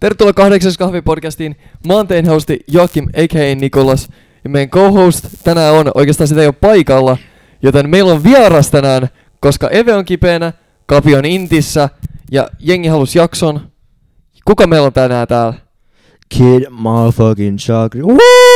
Tervetuloa 8. kahvipodcastiin. Mä oon teidän hosti Joakim a.k.a. Nikolas. Ja meidän co-host tänään on, oikeastaan sitä ei ole paikalla. Joten meillä on vieras tänään, koska Eve on kipeänä, Kapi on intissä ja jengi halus jakson. Kuka meillä on tänään täällä? Kid motherfucking chocolate.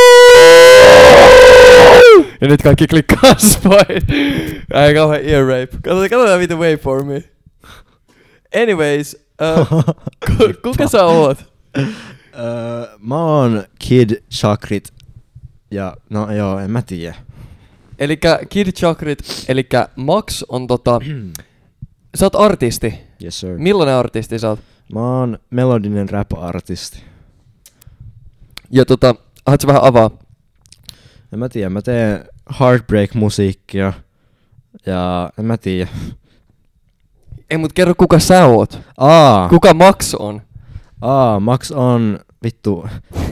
Ja nyt kaikki klikkaa spoil. Ai kauhean ear rape. Katsotaan mitä wait for me. Anyways, kuka sä oot? Mä oon Kid Chakrit. Ja no joo, en mä tiedä. Elikkä Kid Chakrit, elikkä Max on sä oot artisti. Yes sir. Millainen artisti sä oot? Mä oon melodinen rap-artisti. Ja haluatko vähän avaa? En mä tiedä, mä teen heartbreak-musiikkia. Ja en mä tiedä. Ei mut kerro kuka sä oot. Kuka Max on? Max on vittu.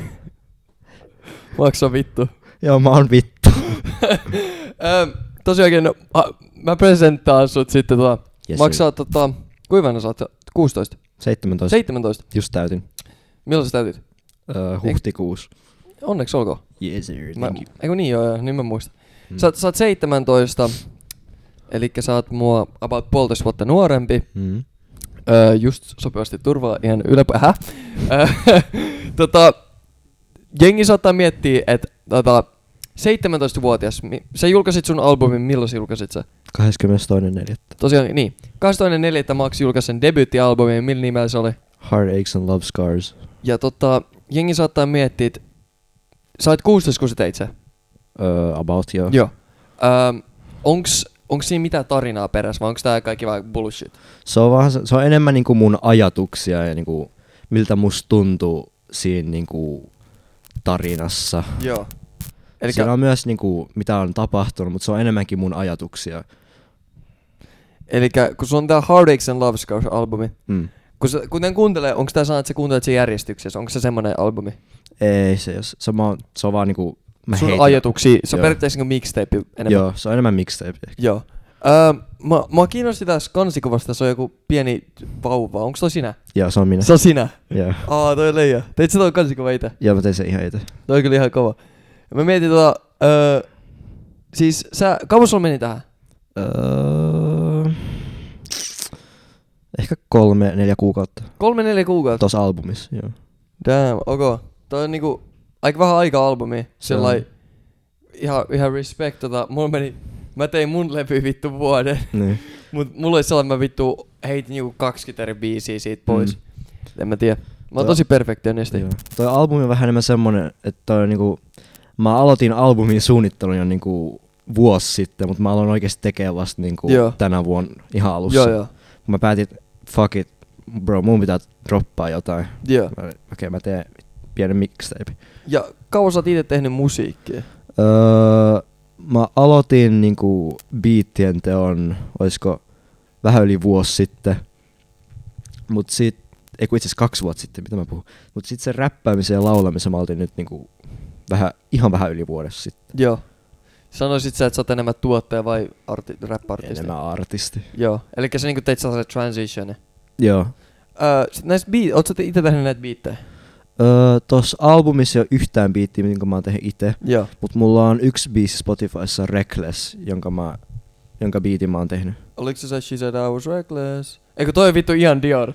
Max on vittu. Joo, mä oon vittu. Tosiaankin, mä presenttaan sut sitten Yes, Max sä oot kuinka sä oot? 16? 17. 17? Just täytin. Milloin sä täytit? Huhtikuussa. Onneksi olkoon. Yes sir, Eiku niin joo, niin mä muistan. Sä oot 17, elikkä sä oot mua about 1,5 vuotta nuorempi. Just sopivasti turvaa ihan jengi saattaa miettiä, että 17-vuotias, sä julkaisit sun albumin, milloin sä julkaisit sä? 22.4. Tosiaan, niin. 22.4. Max julkaisi sen debyyttialbumin, millä nimellä se oli? Heartaches and Love Scars. Ja jengi saattaa miettiä, että sä oot 16, kun sä teit se? About, joo. Joo. Onks siinä mitään tarinaa perässä, vai onks tää kaikki vaan bullshit? Se on enemmän niinku mun ajatuksia ja niinku miltä musta tuntuu siinä niinku tarinassa. Joo. Siinä on myös niinku mitä on tapahtunut, mutta se on enemmänkin mun ajatuksia. Elikkä kun sulla on tää Heartaches and Love Scars albumi, kun kuuntelee, onks tää sanat, että sä kuuntelet sen järjestyksessä, onko se semmonen albumi? Ei, se on vaan niinku mä sun heitin. ajatuksia, se on periaatteessa niinku mixtape enemmän. Joo, se on enemmän mixtape. Joo. Mua kiinnosti tässä kansikuvasta, se on joku pieni vauva, onks toi sinä? Joo, se on minä. Se on sinä? Joo. Toi on leija. Teit sä toi kansikuva ite? Joo, mä tein sen ihan ite. Toi on kyllä ihan kova. Mä mietin siis kauan sulla meni tähän? Ehkä 3-4 kuukautta. 3-4 kuukautta? Tossa albumissa, joo. Damn, ok. Toi on niinku aika vähän aika albumi. Sellai ihan respect mä tein mun levy vittu vuoden. Niin. Mut mulla oli sellainen, mä vittu heitin niinku 20 eri biisiä siitä pois. En mä tiedä. Mä oon tosi perfektionisti. Joo. Toi albumi on vähän enemmän semmonen, että toi niinku mä aloitin albumin suunnittelun jo niinku vuosi sitten, mutta mä aloin oikeesti tekee vasta niinku tänä vuonna ihan alussa. Joo. Mä päätin, fuck it, bro, mun pitää droppaa jotain. Joo. Okei, mä teen pienen mixtape. Ja kauan sä oot ite tehnyt musiikkia? Mä aloitin niinku beattien teon, oisko vähän yli vuosi sitten. Mut itse asiassa 2 vuotta sitten, mitä mä puhun. Mut sit sen räppäämisen ja laulamisen mä aloitin nyt niinku ihan vähän yli vuodessa sitten. Joo. Sanoisit sä, että sä oot enemmän tuottaja vai rap-artisti? Enemmän artisti. Joo. Elikkä sä niinku teit sellaisen transition. Joo. Näistä oot sä ite tehnyt näitä biittejä? Tossa albumissa ei oo yhtään biittiä, minkä mä oon tehnyt ite. Joo. Mut mulla on yksi biisi Spotifyssa, Reckless, jonka biitin mä oon tehnyt. Oliko se She Said I Was Reckless? Eikö toi vittu Ian Dior?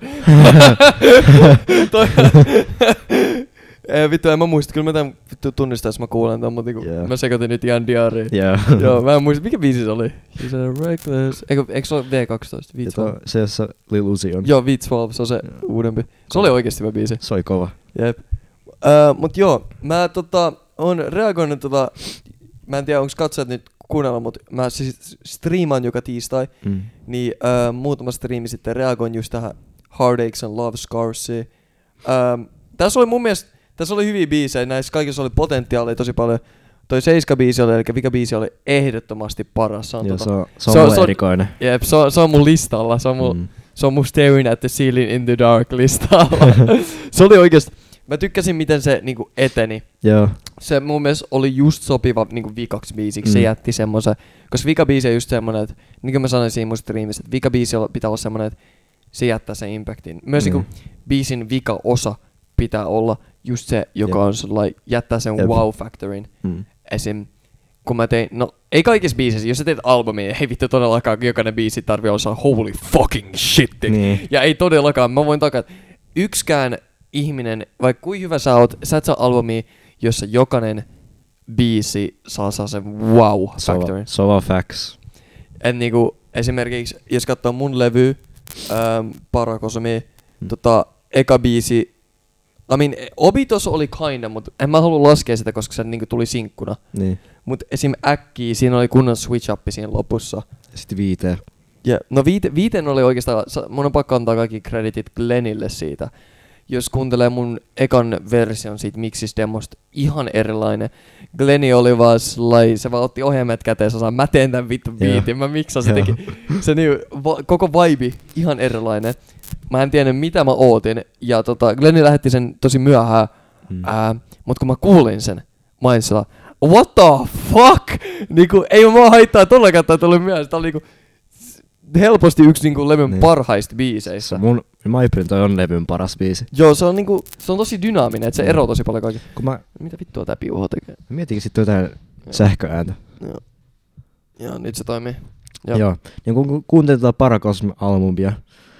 Vittu en mä muista, kyllä mä tämän vittu tunnistaa, jos mä kuulen tämän, mutta mä sekoitin nyt Ian Dioriin. Joo, mä en muista, mikä biisi se oli? She Said I Was Reckless. Eikö se ole V12? Se jossa Lil Uzi on. Joo, V12, se on se uudempi. Se oli oikeesti hyvä biisi. Se oli kova. Jep. Mut joo, mä oon reagoinut mä en tiedä onko katsojat nyt kuunnella, mut mä siis striimaan joka tiistai, niin muutama striimi sitten reagoin just tähän Heartaches and Love Scarsiin. Tässä oli mun mielestä, tässä oli hyviä biisejä, näissä kaikissa oli potentiaalia tosi paljon. Toi 7-biisi oli, eli vika-biisi oli ehdottomasti paras. Se on mulle erikoinen. Jep, se on mun listalla, se on mun Staring at the Ceiling in the Dark listalla. Se oli oikeesti, mä tykkäsin miten se niinku eteni. Joo. Se mun mielestä oli just sopiva niinku vikaksi biisiksi, se jätti semmosen, koska vika-biisi on just semmonen, että niin kuin mä sanoin siinä mun striimissä, että vika-biisi pitää olla semmonen, että se jättää sen impactin. Myös niinku biisin vika-osa pitää olla just se, joka on sellainen, jättää sen wow-factorin. Esim. Kun mä tein, no ei kaikissa biisissä, jos sä teet albumia, ei vittu todellakaan jokainen biisi tarvii olla holy fucking shit. Niin. Ja ei todellakaan, mä voin takaa, yksikään ihminen, vaikka kuin hyvä sä oot, sä et saa albumia, jossa jokainen biisi saa sen wow-factorin. So facts. Et niinku esimerkiksi, jos katsoo mun levy, Paracosmi, eka biisi, Obitos oli kinda, mutta en mä halua laskea sitä, koska se niinku tuli sinkkuna. Niin. Mut esim. Äkkiä, siinä oli kunnon switch-up siinä lopussa. Ja sitten Viite. Ja no Viiteen oli oikeastaan, mun on pakko antaa kaikki kreditit Glennille siitä. Jos kuuntelee mun ekan version siitä Mixis-demosta, ihan erilainen. Glenni oli vaan se vaan otti ohjelmat käteen, mä teen tän vittu biitin, mä miksasin se teki. Se koko vibe ihan erilainen. Mä en tiennyt mitä mä ootin, ja Glenni lähetti sen tosi myöhään, mut kun mä kuulin sen, mä olin sillä, what the fuck? Niinku, ei mua haittaa tollakaan, että tuli myöhään, tää oli niinku helposti yksi niinku levyn parhaista biiseistä. Mä ypyn toi on levyn paras biisi. Joo, se on niinku, se on tosi dynaaminen, että se eroaa tosi paljon kaikki. Mitä vittua tää piuho tekee? Mä mietinkin sit jotain sähköääntä. Joo, nyt se toimii. Joo. Ja kun kuuntelin tätä Paracosm-albumia,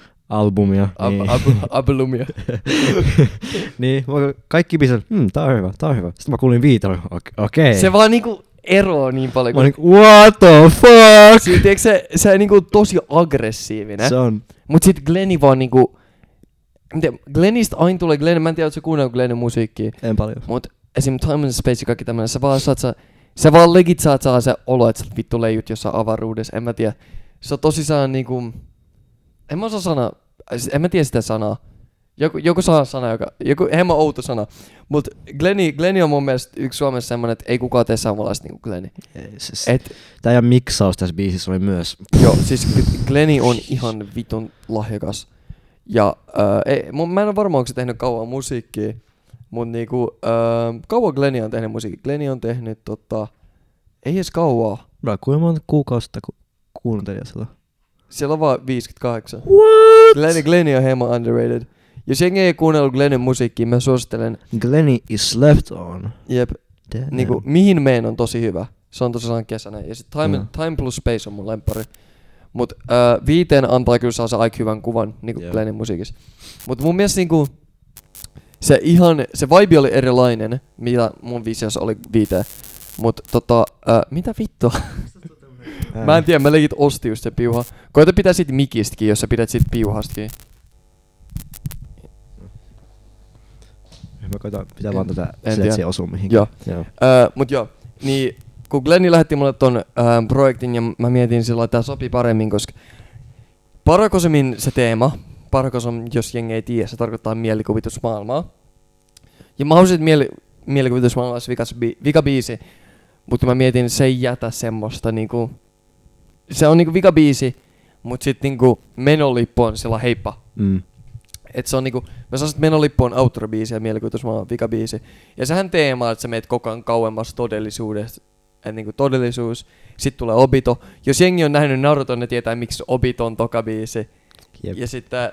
Albumia. niin, kaikki biisit, tää on hyvä. Sitten mä kuulin Viitolle, okei. Se vaan niinku eroaa niin paljon. Mä olin what the fuck? Siitä se niinku tosi aggressiivinen. Se on. Mut sit Glenni vaan niinku, Glennistä aina tulee Glenn, mä en tiedä, ootko sä kuunnellut Glennin musiikkia. En paljon. Mut esim. Time and Space ja kaikki tämmönen, sä vaan legit saat se olo, että sä vittu leijut jossain avaruudessa, en mä tiedä. Se on tosi saa niinku, en mä osaa sanaa, en mä tiedä sitä sanaa. Joku sana, joku hemmo outo sana. Mut Glenni on mun mielestä yksi Suomessa semmonen, että ei kukaan tee samanlaista niinku Glenni. Tää ja miksaus tässä biisissä oli myös. Joo, siis Glenni on ihan vitun lahjakas. Ja mä en ole varma, onko se tehnyt kauan musiikkia. Mut niinku, kauan Glenni on tehnyt musiikkia. Glenni on tehnyt ei edes kauaa. Kuinka monta kuukausista kuuntelija sillä? Siellä on vaan 58. What? Glenni on hieman underrated. Jos jengi ei kuunnellut Glennin musiikkia, mä suosittelen. Glenni is left on. Jep. Niinku, mihin meen on tosi hyvä. Se on tosi sellainen kesäinen. Ja sit Time plus Space on mun lemppari. Mut Viiteen antaa kyllä saa se aika hyvän kuvan niinku Glennin musiikissa. Mut mun mielestä niinku se vibe oli erilainen, mitä mun visiossa oli Viiteen. Mut mitä vittua? Mä en tiedä, mä legit osti just se piuha. Koita pitää sit mikistäkin, jos sä pidät sit piuhastakin. Mä koitan pitää vaan tätä sieltä osua mihinkin. Joo. Mut joo, niin kun Glenni lähetti mulle ton projektin ja mä mietin sillä, että tää sopii paremmin, koska Paracosmin se teema, Paracosm, jos jengi ei tiedä, se tarkoittaa mielikuvitusmaailmaa. Ja mä haluaisin, että mielikuvitusmaailma olisi vika biisi, mutta mä mietin, se ei jätä semmoista niinku, se on niinku vika biisi, mut sit niinku menolippu on sillä heippa. Et se on niinku, mä sanoisin, että menolippu on outro-biisi ja mielikuvitusmaailma vika-biisi. Ja sehän teemaa, että sä meet koko ajan kauemmas todellisuudesta. Et niinku todellisuus, sit tulee Obito. Jos jengi on nähnyt Naruton, ne tietää miksi Obito on toka biisi. Yep. Ja sitten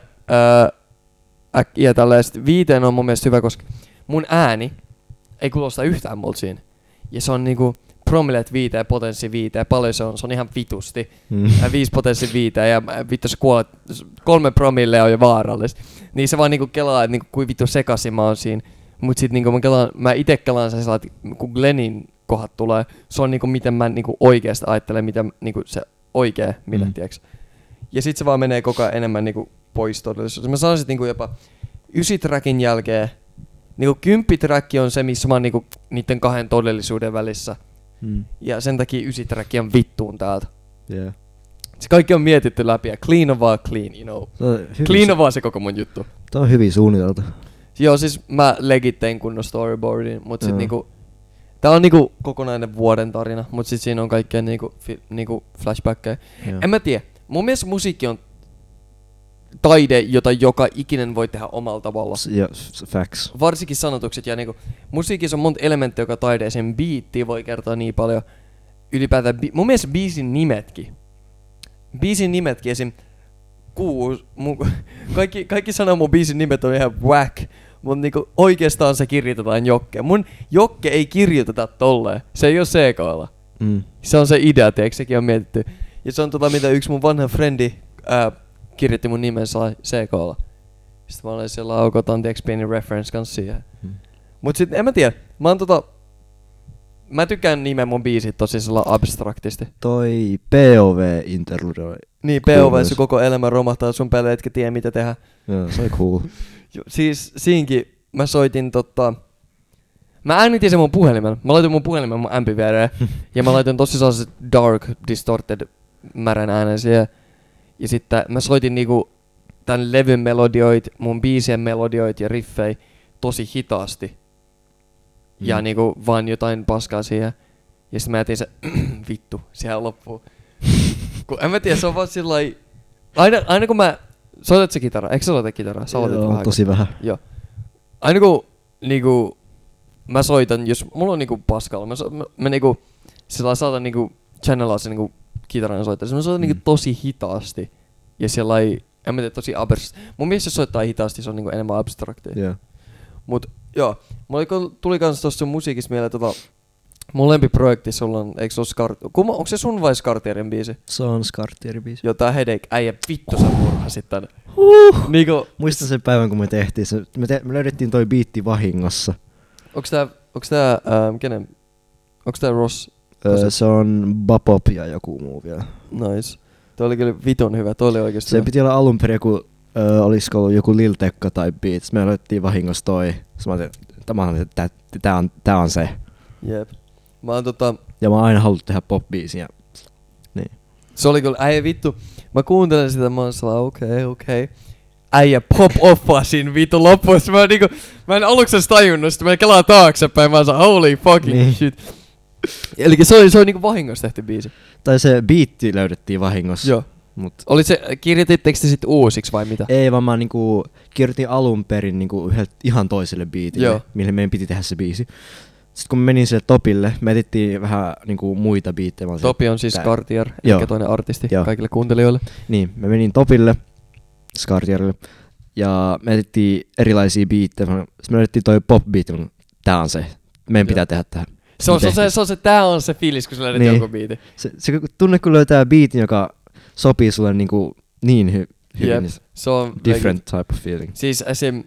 ja tällaista Viiteen on mun mielestä hyvä, koska mun ääni ei kuulosta yhtään multa siinä. Ja se on niinku promillet 5 ja potenssi 5 ja paljon se on ihan vitusti. 5 potenssi 5 ja vittu sä kuolet, 3 promille on jo vaarallista. Niin se vaan niinku kelaa, että niinku kuin vittu sekasin mä oon siinä. Mut sit niinku mä ite kelaan sen sellainen, että kun Glennin kohdat tulee, se on niinku miten mä niinku oikeesti ajattelen, mitä niinku se oikee, mitä tiiäks. Ja sit se vaan menee koko ajan enemmän niinku pois todellisuudessa. Mä sanoisin, että niinku jopa 9 trackin jälkeen, niinku 10 track on se, missä mä oon niinku niitten kahden todellisuuden välissä. Ja sen takia 9 track on vittuun täältä. Yeah. Se kaikki on mietitty läpi ja clean on vaan clean, you know. Clean on vaan se koko mun juttu. Tää on hyvin suunniteltu. Joo, siis mä legit tein kunnon storyboardin, mut sit niinku tää on niinku kokonainen vuoden tarina, mut sit siinä on kaikkea niinku flashbackkejä. En mä tiedä. Mun mielestä musiikki on taide, jota joka ikinen voi tehdä omalla tavalla. Facts. Varsinkin sanotukset ja niinku musiikissa on monta elementtiä, joka taide, esim. Biitti voi kertoa niin paljon. Ylipäätään mun mielestä biisin nimetkin esim. Kaikki sanoo mun biisin nimet on ihan whack, Mut niinku oikeestaan se kirjoitetaan Jokke. Mun Jokke ei kirjoiteta tolleen. Se ei oo CK:lla. Se on se idea, teeks sekin on mietitty. Ja se on mitä yksi mun vanha frendi kirjoitti mun nimen CK:lla. Sitten mä olin siellä aukotan tiiäks pieni reference kans siihen. Mut sit en mä tiedä. Mä tykkään nimen mun biisit tosi sellainen abstraktisti. Toi POV interlude. Niin, POV se koko elämä romahtaa sun päälle, etkä tiedä mitä tehdä. Joo, se oli cool. Siis siinkin mä soitin mä äänitin sen mun puhelimen. Mä laitoin mun puhelimen mun ampin viereen. Ja mä laitoin tosi sellaiset dark, distorted, märän äänen siihen. Ja sitten mä soitin niinku tän levyn melodioit, mun biisien melodioit ja riffei tosi hitaasti. Ja niinku vaan jotain paskaa siihen. Ja sit mä jätin se vittu siihen loppuun. Kun en mä tiedä, se on vaan sillai... Aina kun mä... Soitat se kitara? Eikö sä soita kitaraa? Sä joo, vähän tosi vähän. Joo. Aina kun niinku... Mä soitan, jos mulla on niinku paskalla, mä niinku... Sillä saatan niinku channelaa se niinku kitaran soittaa. Mä soitan niinku tosi hitaasti. Ja sillai... En mä tiedä, tosi mun mielestä jos soittaa hitaasti, se on niinku enemmän abstraktia. Yeah. Mut joo, mulla tuli kans tossa musikissa mieleen mun lempiprojekti sulla on, eikö se oo onko se sun vai Skartierin biisi? Se on Skartierin biisi. Joo, tää Headache, äijä vittu sä murhasit tän. Niinku... Muistan sen päivän kun me tehtiin se, me löydettiin toi biitti vahingossa. Onks tää kenen? Onks tää Ross? Se on Bapop ja joku muu vielä. Nice. Toi oli kyllä vitun hyvä, toi oli oikeesti. Se piti olla alun perin joku, olisiko ollut joku Lil Tecca tai Beats. Me löydettiin vahingossa toi. Mä ajattelin, tää on se. Jep. Ja mä oon aina halunnut tehdä pop-biisiä. Niin. Se oli kyllä, äijä vittu. Mä kuuntelen sitä, mä oon sellainen, okei. Äijä pop-offaa siinä vittu loppuessa. Mä en aluksi edes tajunnut sitä, mä kelaan taaksepäin, mä oon holy fucking shit. Elikkä se oli niinku vahingossa tehty biisi. Tai se biitti löydettiin vahingossa. Joo. Oli se, kirjoititteko te sit uusiksi vai mitä? Ei, vaan mä niinku kirjoitin alun perin niinku yhdeltä ihan toiselle biitille, mille meidän piti tehdä se biisi. Sitten kun me menin sille Topille, me etittiin vähän niinku muita biittejä. Topi on siis Skartier, eli toinen artisti kaikille kuuntelijoille. Niin, me menin Topille, Skartierille, ja me etittiin erilaisia biittejä. Sitten me löydettiin toi pop-biitti, tää on se, meidän pitää tehdä tähän. Tää on se fiilis, kun sä löydät joku biitin. Se tunne, kun löytää biitin, joka sopii sulle niinku niin hyvin. Yep. Se on different type of feeling. Siis esim.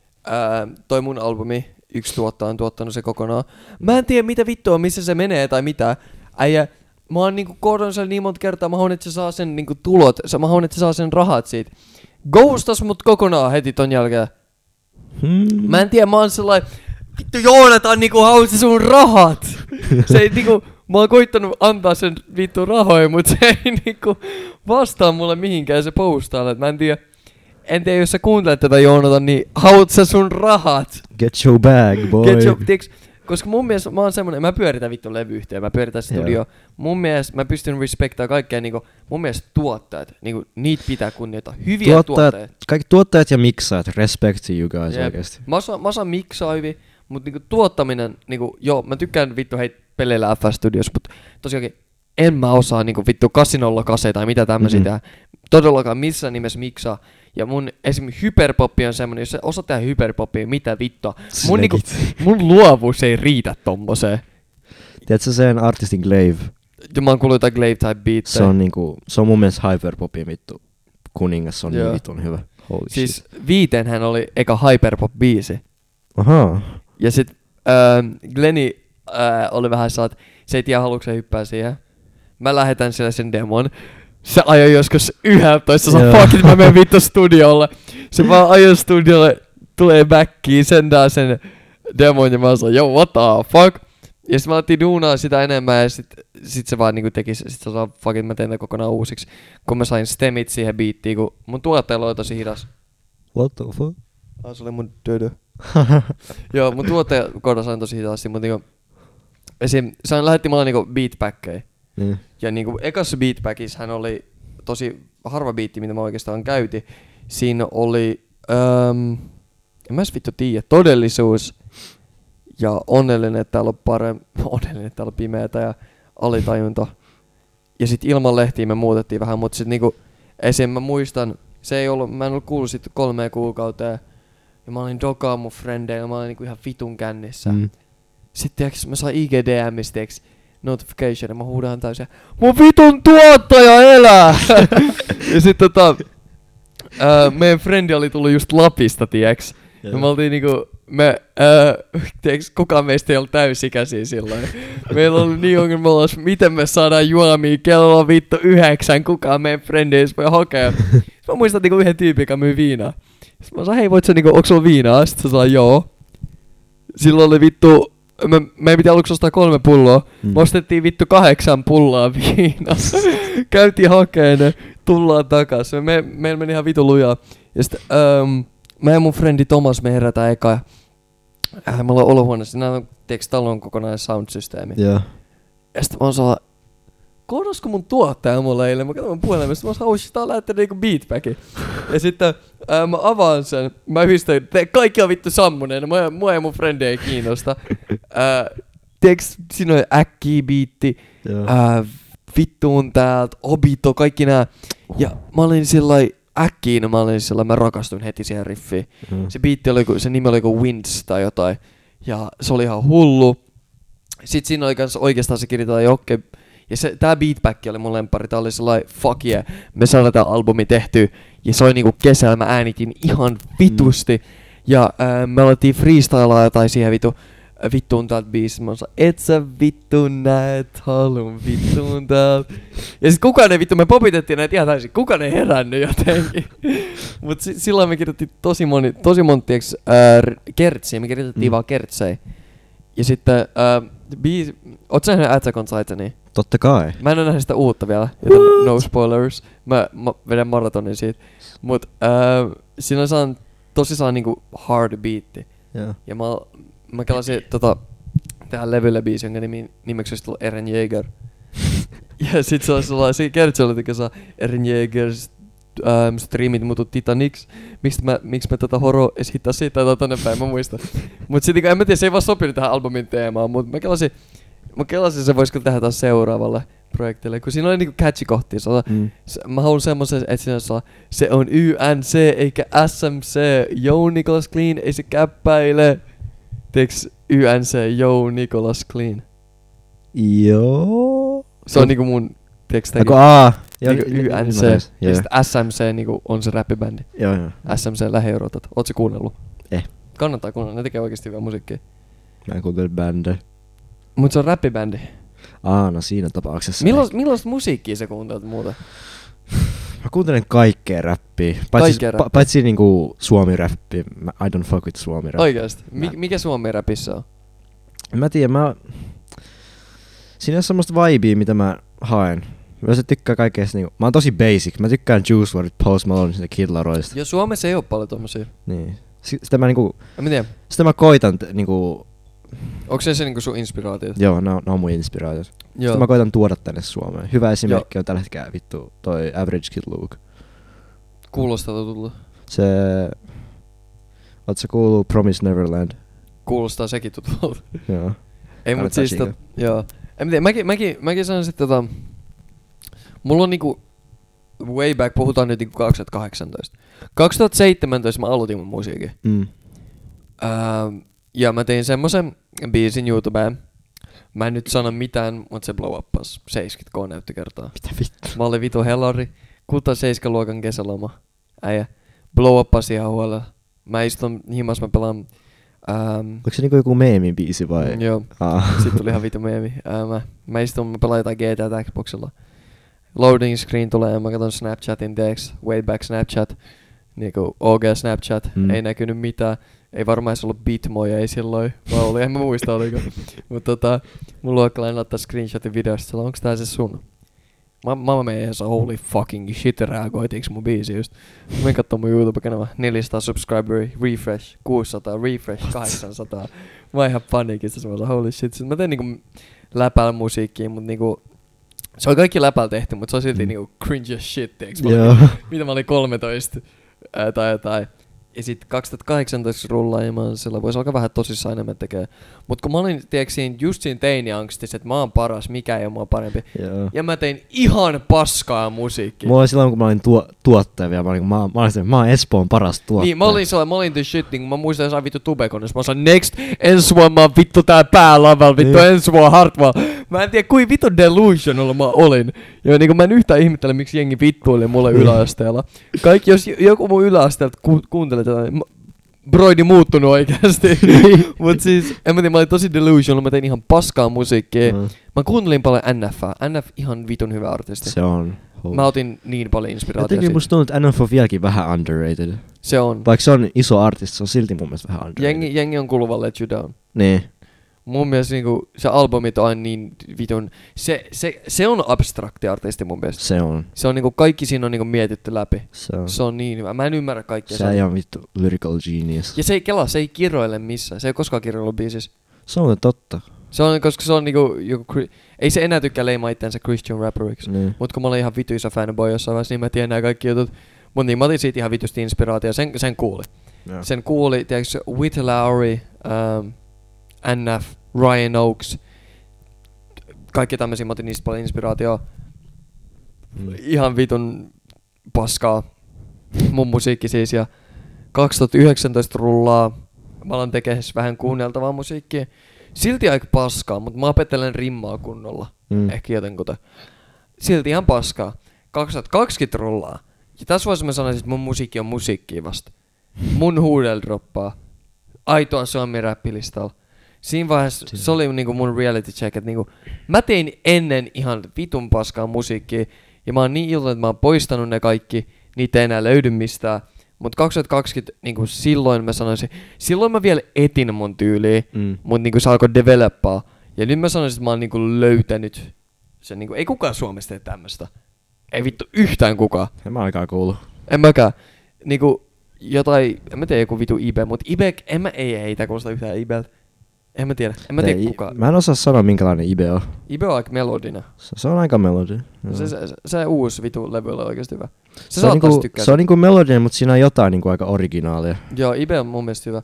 Toi mun albumi, yksi tuottaja on tuottanut se kokonaan. Mä en tiedä mitä vittua, missä se menee tai mitä. Äijä, mä oon niinku kohdannut sen niin monta kertaa, mä haluan, että se saa sen niinku tulot, mä haluan, että se saa sen rahat siitä. Ghostas mut kokonaan heti ton jälkeen. Mä en tiedä, mä oon sellainen, vittu Joonatan niinku hausi sun rahat. Se ei niinku, mä oon koittanut antaa sen vittu rahoja, mut se ei niinku vastaa mulle mihinkään se postaa. Mä en tiedä, jos sä kuuntelet tätä Joonatan, niin haut sä sun rahat. Get your bag, boy. Koska mun mielestä mä oon semmonen, mä pyöritän vittu levyyhtiöä, mä pyöritän studio. Mun mielestä mä pystyn respektaamaan kaikkea niinku, mun mielestä tuottajat, niinku niitä pitää kunnioittaa. Hyviä tuottajat. Kaikki tuottajat ja miksaajat, respect to you guys oikeesti. Mä osaan miksaa hyvin, mut niinku tuottaminen, niinku joo, mä tykkään vittu peleillä FS Studios, mut tosiaankin en mä osaa niinku vittu 808 tai mitä tämmösiä tehdä. Todellakaan missään nimessä miksaa. Ja mun esimerkiksi hyperpoppi on semmonen, jos sä osaat tehdä hyperpoppia, mitä vittua. Mun luovuus ei riitä tommoseen. Tiedätkö sen artistin Glaive? Mä oon kuullut jotain Glaive type beattejä. Se on mun mielestä hyperpopin vittu kuningas, se on niin vitun hyvä. Holy siis shit. Viitenhän oli eka hyperpop-biisi. Aha. Ja sit Glenni oli vähän saat, se ei tiedä haluuks se hyppää siihen. Mä lähetän sille sen demon. Se ajoi joskus 11, fuck it, mä menen vittu studiolle. Se vaan ajoi studiolle, tulee backiin, sendaa sen demon ja mä sanoin, yo, what the fuck? Ja sit mä alettiin duunaa sitä enemmän ja sit se vaan niinku teki, sit se sanoi, fuck it, mä teen tän kokonaan uusiksi. Kun mä sain stemit siihen biittiin, kun mun tuottajalla oli tosi hidas. What the fuck? Se oli mun dödö. Joo, mun tuottaja kohdan sain tosi hitaasti, mutta niinku, esim, se lähetti mulle niinku beatbackkejä. Ja niinku ekassa beatbackissa hän oli tosi harva biitti, mitä mä oikeastaan käytin. Siinä oli, en mä edes vittu tiedä, todellisuus ja onnellinen, että täällä on onnellinen, että täällä on pimeätä ja alitajunta. Ja sit ilman lehtiä me muutettiin vähän, mutta sit niinku esim mä muistan, se ei ollut, mä en ollut kuullut sit 3 kuukauteen. Ja mä olin dokaa mun frendeillä, mä olin niinku ihan vitun kännissä. Sitten mä sain IGDMistä notification ja mä huudan täysin, mun vitun tuottaja elää! Ja sit meidän frendi oli tullut just Lapista, tiiäks. Ja me oltiin niinku, kukaan meistä ei ollut täysikäisiä silloin. Meillä oli niin ongelma, miten me saadaan juomia, kello on vittu 9, kukaan meidän frendi voi hakea. Mä muistan niinku yhden tyypin, joka myy viinaa. Sitten mä sanoin, hei voit sä niinku, onks sulla viinaa? Sitten sä sanoin, joo. Silloin oli vittu, meidän piti aluksi ostaa 3 pulloa. Me ostettiin vittu 8 pulloa viinaa. Käytiin hakeen ne, tullaan takas. Meillä meni ihan vittu lujaa. Ja sit, mä ja mun frendi Tomas, me herätään eka. Me ollaan olohuoneessa, nää on talon kokonainen sound-systeemi. Yeah. Ja sit mä oon saa, kohdasko mun tuottaja mulle eilen? Mä katson mun puhelimesta, mä oon saa, tää on lähettänyt niinku beatbackin. Ja sitten mä avaan sen, mä yhdistän, kaikki on vittu sammuneena, mua ja mun frendi ei kiinnosta. Siinä on äkkiä biitti, vittuun täältä, Obito, kaikki nää. Ja mä olin sillai, äkkiin mä rakastuin heti siihen riffiin. Se biitti oli, se nimi oli kuin Winds tai jotain. Ja se oli ihan hullu. Sitten siinä oli kans oikeastaan se kirjoitetaan jokke. Ja tää beatback oli mun lemppari. Tää oli sellainen fuck yeah. Me saadaan tää albumi tehty. Ja se oli niinku kesällä mä äänitin ihan vitusti. Ja me alettiin freestylaa jotain siihen vittuun täältä biisistä. Mä sanoin, et sä vittu näet, halun vittuun täältä. Ja sit kukaan ei vittu, me popitettiin näitä ihan täysin. Kukaan ei herännyt jotenkin. Mut silloin me kirjoitettiin tosi monta kertsiä. Me kirjoitettiin vaan kertsejä. Ja sitten biisi, oot sä nähnyt Attack on Titania? Totta kai. Mä en oo nähnyt sitä uutta vielä, joten no spoilers. Mä vedän maratonin siitä. Mut siinä on tosissaan niinku hard beatti. Yeah. Ja mä kelasin tähän levylle biisi, jonka nimeksi olisi tullut Eren Jäger. Ja sit se olisi sellainen kertsi oli tekemään Eren Jäger streamit muutu Titanics. Miksi mä tätä horo esittää siitä tai tonne päin, mä muistan. Mut sit en mä tiedä, se ei vaan sopinut tähän albumin teemaan, mut mä kelasin se vois kyllä tehdä taas seuraavalle projektille, kun siinä oli niinku catchy kohtia. Mä haluan semmosen, että siinä se on YNC eikä SMC. Yo Nicholas Clean, ei se käppäile. Teeks YNC, yo Nicholas Clean? Joo. Se on niinku mun tekstäkin. Niinku YNC. Ja sit SMC niinku on se räppibändi. Joo. SMC lähiörotat. Oot sä kuunnellut? Kannattaa kuunnella, ne tekee oikeesti hyvää musiikkia. Mä en kuuntele bändejä. Mut se on räppibändi. No siinä tapauksessa. Millaista musiikkia sä kuuntelet muuta? Mä kuuntelen kaikkea räppiä. Paitsi niinku suomi-räppiä. I don't fuck with suomi-räppiä. Oikeesti? Mikä suomi-räpissä on? Mä tiedän, siinä on semmoista vibea, mitä mä haen. Mä tykkään kaikkeesta niinku, mä oon tosi basic. Mä tykkään Juice WRLD, Post Malone ja Kid Laroista. Ja Suomessa ei oo paljon tommosia. Niin. Sitä mä niinku, sitä mä koitan niinku. Onks se niinku sun inspiraatiot? Joo, ne on mun inspiraatiot. Sitten mä koitan tuoda tänne Suomeen. Hyvä esimerkki on tällä hetkellä vittu toi Average Kid Luke. Kuulostaa tutulta. Oot sä kuuluu Promise Neverland? Kuulostaa sekin tutulta. Joo. Ei mut siis joo. En tiedä, mäkin sanon sit mulla on niinku way back, puhutaan nyt niinku 2018. 2017 mä aloitin mun musiikin. Ja mä tein semmosen biisin YouTubeen. Mä en nyt sano mitään, mut se blow uppas 70k näyttökertaa. Mitä vittu? Mä olin vitu helari. 6-7 luokan kesäloma. Äijä. Blow uppas ihan huolella. Mä istun himas, mä pelaan. Onko se niinku joku meemi-biisi vai? Joo. Sit tuli ihan vitu meemi. Mä istun, mä pelaan jotain GTA Xboxilla. Loading screen tulee ja mä katon Snapchatin teeks. Way back Snapchat. Niinku OG Snapchat. Ei näkynyt mitään. Ei varmaan edes ollut Bitmoja, ei silloin. Vaan oli, en mä muista oliko. Mut mun luokkalainen ottaa screenshotin videosta, sillä onks tää se sun? Mä menen ihan holy fucking shit, reagoitiinko mun biisi just. Mä kattoo mun YouTube-kanava, 400 subscriberia, refresh, 600, refresh, 800. Mä oon ihan paniikissa, mä holy shit. Sitten mä tein niinku läpällä musiikkiin, mut niinku se oli kaikki läpällä tehty, mut se on silti niinku cringe as shit, teeks? Mitä mä olin 13 tai jotain. Ja sit 2018 rullaa ja sillä voisi alkaa vähän tosissaan enemmän tekee. Mut kun mä olin just siinä teiniangstissa, että mä oon paras, mikä ei oo mua parempi. Joo. Ja mä tein ihan paskaa musiikkia. Mulla oli silloin, kun mä olin tuottaja vielä, mä oon Espoon paras tuottaja. Niin, mä olin the shit, niin kun mä muistan jossain vittu Tubekonnassa. Mä sanoin next, ensi vuonna mä oon vittu tää päälavalla, vittu ensi vuonna Hartwell. Mä en tiedä kui vittu delusional mä olin. Ja niinku mä en yhtään ihmettele, miksi jengi vittuili mulle yläasteella. Kaikki, jos joku mun yläasteelta kuuntelee tätä, broidi muuttunut oikeesti. Mut siis, en mä tiedä, mä olin tosi delusional, mä tein ihan paskaa musiikkia. Mä kuuntelin paljon NF:ää. NF ihan vitun hyvä artisti. Se on. Mä otin niin paljon inspiraatiota siitä. Jotenkin musta tuntuu, että NF on vieläkin vähän underrated. Se on. Vaikka se on iso artisti, se on silti mun mielestä vähän underrated. Jengi on kuluva Let You Down. Niin. Mun mielestä niinku, se albumit on niin vitun... Se on abstrakti artisti mun mielestä. Se on. Se on niinku, kaikki siinä on niinku mietitty läpi. Se on. Se on niin hyvä. Mä en ymmärrä kaikkea. Se ei ole vittu lyrical genius. Ja se ei kirjoile missään. Se ei koskaan kirjoillut biisissä. Se on totta. Se on, koska se on niinku... ei se enää tykkää leimaa itseänsä Christian rapperiksi. Niin. Mut kun mä olin ihan vitu iso fanboy jossain vaiheessa, niin mä tiedän nää kaikki jutut. Mut niin mä otin siitä ihan vitusti inspiraatio. Sen kuuli. Yeah. Sen kuuli, tiedätkö, Whit Lowry, NF, Ryan Oakes. Kaikki tämmösiä, mä otin niistä paljon inspiraatioa. Ihan vitun paskaa. Mun musiikki siis. Ja 2019 rullaa. Mä alan tekee vähän kuunneltavaa musiikkia. Silti aika paskaa, mutta mä opettelen rimmaa kunnolla. Ehkä jotenkuten. Silti ihan paskaa. 2020 rullaa. Ja tässä vaiheessa mä sanoisin, että mun musiikki on musiikkia vasta. Mun huudel droppaa. Aitoa Suomi-räppilistalla. Siinä vaiheessa se oli niinku mun reality check, että niinku, mä tein ennen ihan vitun paskaa musiikkia. Ja mä oon niin iloinen, että mä oon poistanut ne kaikki. Niitä ei enää löydy mistään. Mut 2020 niinku silloin mä sanoisin, silloin mä vielä etin mun tyyliä, mut niinku se alkoi developaa. Ja nyt mä sanoisin, että mä oon niinku löytänyt sen niinku, ei kukaan Suomesta tee tämmöstä. Ei vittu yhtään kukaan. En mä aikaa kuulu. En mäkään. Niinku jotain, en mä tiedä joku vitu Ibe, mut Ibe, ei heitä kuulosta yhtään Ibeltä. En mä tiedä, en mä tiedä kukaan. Mä en osaa sanoa minkälainen Ibe on. Ibe on aika melodinen. Se on aika melodi. Se uusi vitu levy oli oikeesti hyvä. Se on niinku melodinen, mut siinä on jotain niinku aika originaalia. Joo, Ibe on mun mielestä hyvä.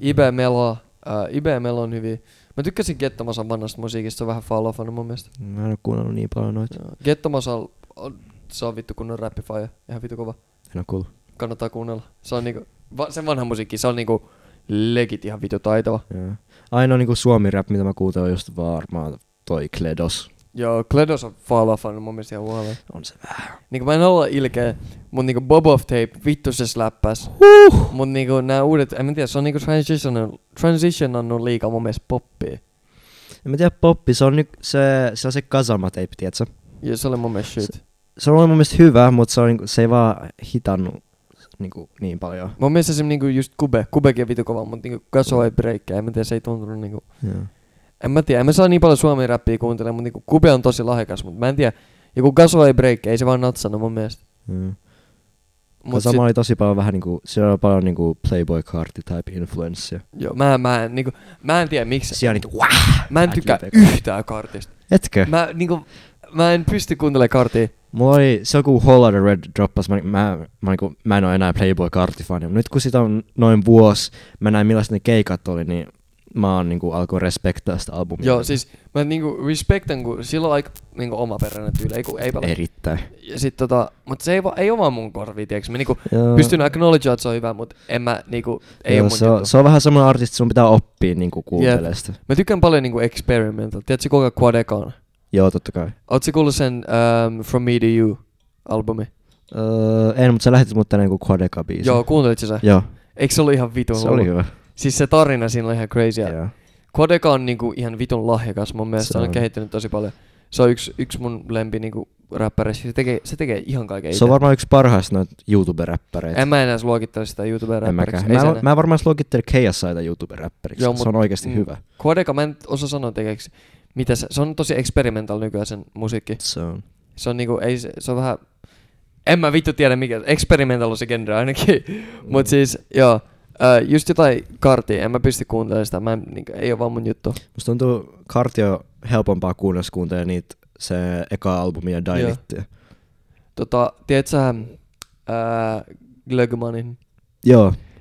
Ibe Melo on hyviä. Mä tykkäsin Gettomasan vanhasta musiikista, se on vähän fall offannut mun mielestä. Mä en oo kuunnellut niin paljon noita. Gettomasan se on vittu kunnon räppifaija, ihan vittu kova. En oo kuullut. Kannattaa kuunnella. Se on niinku, sen vanha musiikki, se on niinku legit ihan vittu taitava. Joo. Ainoa niinku suomi-rap, mitä mä kuuntelen, on just varmaan toi Kledos. Joo, Kledos on fall offannut mun mielestä ihan huolella. On se vähän. Niinku mä en olla ilkeä, mut niinku Bob Off Tape, vittu se släppäs. Mut niinku nää uudet, en mä tiedä, se on niinku transitionannut liikaa mun mielestä poppia. En mä tiedä poppi, se on se Kazama Tape, tiiätsä? Joo, se oli mun mielestä shit. Se on mun mielestä hyvä, mut se ei vaan hitannut niinku niin paljon. Mun mielestä se niinku just Kubekin on vitu kova, mut niinku Kaso ei breikkiä, en mä tiedä, se ei tuntunut niinku. Joo. En mä tiedä, en mä saa niin paljon suomi räppiä kuuntelemaan, mut niinku Kube on tosi lahjakas, mut mä en tiedä, joku Kaso ei breikkiä, ei se vaan natsannut mun mielestä. Kasama oli tosi paljon vähän niinku, siellä oli paljon niinku Playboy Carti type influenssia. Joo, mä en tiedä miksi. Siellä niinku mä en tykkää yhtään Cartista. Etkö? Mä en pysty kuuntelemaan Cartia. Mulla oli se joku Whole Lotta Red droppas, mä en oo enää Playboy Carti-fani. Nyt kun sitä on noin vuosi, mä näin millaiset ne keikat oli, niin mä oon niinku alkoi respektaa sitä albumia. Joo, siis mä niinku respektan, kun sillä on aika niinku omaperäinen tyyli, ei paljon. Erittäin. Ja sit mut se ei oo vaan mun korvia, tiiäks. Mä niinku pystyn acknowledgeaa, että se on hyvä, mut en mä niinku, ei oo mun juttu. Se on vähän semmonen artisti, sun pitää oppia niinku kuuntelee sitä. Mä tykkään paljon niinku experimental. Tiedätkö kuinka Quadeca? Joo, totta kai. Ootko kuullut sen From Me to You -albumi? En, mutta sä lähetit mut tänään joku Quadeca-biisi. Joo, kuuntelitko sä? Joo. Eikö se ollut ihan vitun Se oli hyvä. Siis se tarina siinä oli ihan crazy. Joo. Quadeca on niinku ihan vitun lahjakas mun mielestä. Se on kehittynyt tosi paljon. Se on yksi mun lempi niinku räppäreistä. Se tekee ihan kaiken itse. Se on varmaan yksi parhaista noita YouTube-räppäreitä. En mä enää luokittele sitä YouTube-räppäriksi. Mä varmaan luokittelen KSI:ta YouTube-räppäriksi. Se on oikeesti hyvä. Quadeca, mä en osaa sanoa tekeeksi. Mitä se on tosi experimental nykyään sen musiikki. Se on niinku, se on vähän, en mä vittu tiedä mikä, experimental on se genre ainakin. Mut siis, joo, just jotain Cartia, en mä pysty kuuntelemaan sitä, niinku, ei oo vaan mun juttu. Musta tuntuu, Carti on helpompaa kuuntelemaan niitä se eka albumi ja Dialittia. Tiedät sä Glögmanin? Joo.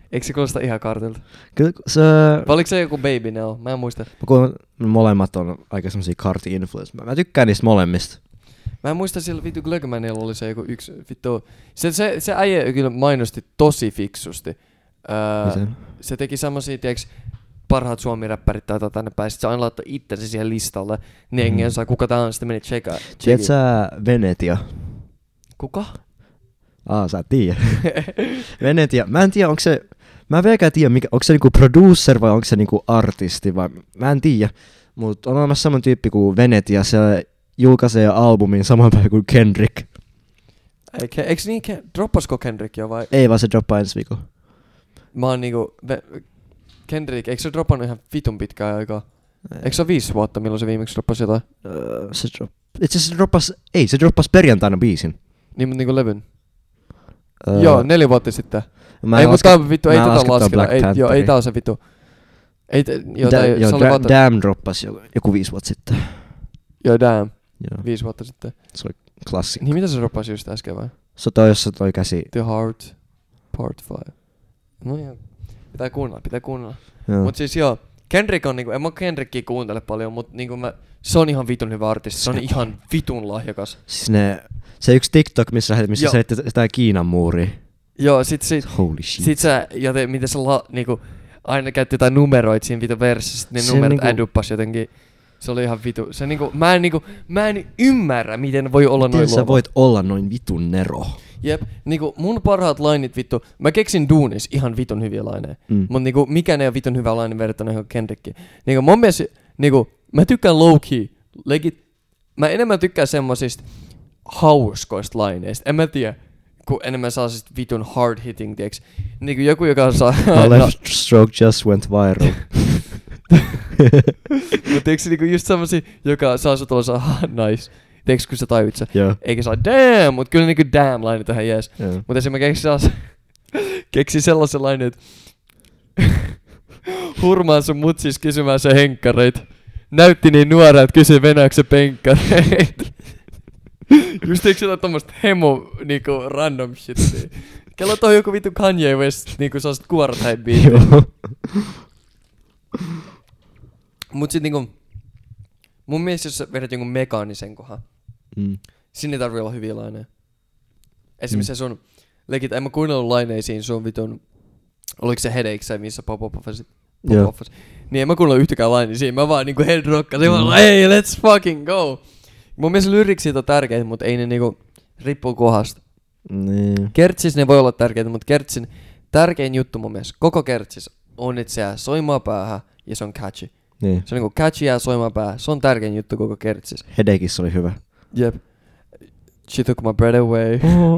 Eikö se kuulosta ihan kartilta? Kyllä se... Vai oliko se joku Baby Neo? Mä en muista. Molemmat on aika semmosia karti-influence. Mä tykkään niistä molemmista. Mä en muista, sillä vittu Glögmanilla oli se joku yksi vittu... Se äijä kyllä mainosti tosi fiksusti. Se teki semmosia, tiiäks, parhaat suomi-räppärit tai tänne päin. Sit se aina laittoi itsensä siihen listalle. Niin engen osaa, kuka tää on, sitten meni tsekaa. Tiedät sä Venetia? Kuka? Sä et tiiä. Venetia. Mä en tiedä, onko se... Mä en vieläkään tiedä, onko se niinku producer vai onko se niinku artisti vai... Mä en tiedä. Mut on olemassa saman tyyppi kuin Venetia. Se julkaisee albumin saman päivän kuin Kendrick. Eiks niin, droppasko Kendrick jo vai? Ei vaan se droppaa ensi viikolla. Mä oon niinku... Kendrick, eikö se droppannut ihan vitun pitkään aikaa? Eikö se ole 5 vuotta, milloin se viimeksi droppasi jotain? Se droppasi perjantaina biisin. Niin, mutta niinku levyn. Joo, 4 vuotta sitten. Ei tätä lasketa. Ei tää on se vittu. Damn droppasi joku 5 vuotta sitten. Joo, Damn. 5 vuotta sitten. Se oli klassikko. Niin mitä se droppasi just äsken vai? Se toi, jossa toi käsi. The Heart, Part 5. No ihan. Pitää kuunnella. Mut siis joo, Kendrick on niinku, en mä Kendrickia kuuntele paljon, mut niinku se on ihan vitun hyvä artisti, se on ihan vitun lahjakas. Siis se yksi TikTok, missä se heitti sitä Kiinan muuria. Joo, holy shit. Sit sä, miten sä niinku, aina käytti jotain numeroit siinä vitun versiossa, sit ne numerot niinku aduppas jotenkin. Se oli ihan vitu. Se niinku, mä en ymmärrä, miten voi olla noin luova. Miten sä voit olla noin vitun nero? Jep, niinku mun parhaat lainit vittu, mä keksin duunis ihan vitun hyviä laineja. Mut niinku mikään ei oo vitun hyvä laine verrattuna johon Kendrickiin. Niinku mun mielestä, niinku mä tykkään low-key, mä enemmän tykkään semmosista hauskoista laineista. En mä tiedä, kun enemmän saa sit vitun hard hitting, tiiäks. Niinku joku, joka saa... My left stroke just went viral. Mut eikö se niinku just semmosia, joka saa sut olla nice. Teekö kun sä tajuit se? Yeah. Eikä saa damn, mut kyllä niinku damn laine tähän jees. Yeah. Mut esimerkiksi keksi sellaisen lainen, että hurmaan sun mutsis kysymään se henkkareit. Näytti niin nuorelta, että kysyi venääkö se penkkareit. Just eikö jotain tommoista hemo niinku random shit. Kello toi joku vitu Kanye West niinku sellaiset kuorot biitit. Mut sit niinku mun mielestä jos sä vedät jonkun mekaanisen kohan, sinne ei tarvii olla hyviä laineja. Esimerkiksi se sun, en mä kuunnellut laineisiin sun vitun, oliko se Headache missä pop-offasi. Niin en mä kuunnellut yhtäkään laineisiin, mä vaan niinku headrockasin, vaan hey, let's fucking go. Mun mielestä lyriksit on tärkeitä, mut ei ne niinku riippuu kohdasta. Niin. Kertsis ne voi olla tärkeitä, mut Kertsin tärkein juttu mun mielestä, koko Kertsis on, että se jää soimaa päähän ja se on catchy. Niin. Se on niinku catchy jää soimaan päähän. Se on tärkein juttu koko Kertsissä. Headacheissa oli hyvä. Jep. She took my bread away.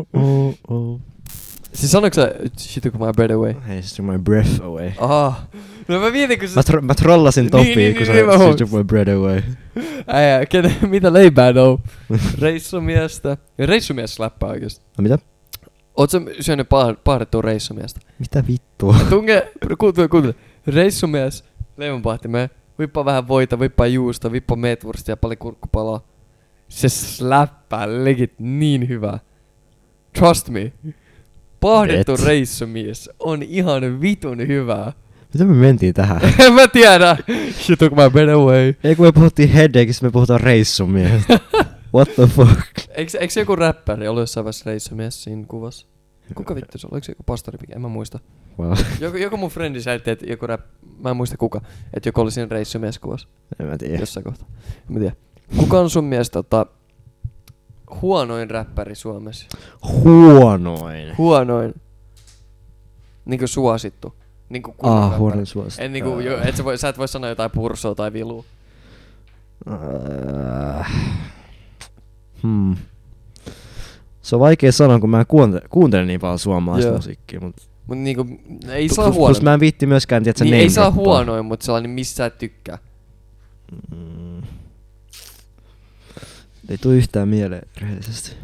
Siis sanoiko sä, she took my bread away? Hey, she took my breath away. Aha. No mä mietin kun mä trollasin Toppia, kun she took my bread away. Mitä leipää on? Reissumiestä. Reissumies läppää oikeesti. No mitä? Oot sä syönyt pahdettua reissumiestä? Mitä vittua? Kuuntele. Reissumies. Leivonpahtimeen, vippaa vähän voita, vippaa juusta, vippaa meetwurstia ja paljon kurkkupalaa. Se släppää legit niin hyvää. Trust me. Pahdettu reissumies on ihan vitun hyvää. Mitä me mentiin tähän? En mä tiedä. She took my bread away. Ei kun me puhuttiin headacheista, me puhutaan reissumiestä. What the fuck? Eikö se joku räppäri ollut jossain vaiheessa reissumies siinä kuvassa? Kuka vittu se oli? Oliko se joku pastori? En mä muista. Wow. Joku mun frendi selitti, että joku mä en muista kuka, että joku oli siinä reissumieskuvassa. En mä tiedä. Jossain kohtaa. En mä tiedä. Kuka on sun mielestä huonoin räppäri Suomessa? Huonoin. Niinku suosittu. Niinku huonoin suosittu. En niinku, sä et voi sanoa jotain Pursoa tai Vilua. Se on vaikea sanoa, kun mä en kuuntele niin paljon suomalaista musiikkia, Mut niinku, ei saa huonoin. Plus mä en viitti myöskään, tiedät sä niin ei saa huonoin, mut sellainen missä sä et tykkää. Ei tuu yhtään mieleen rehellisesti.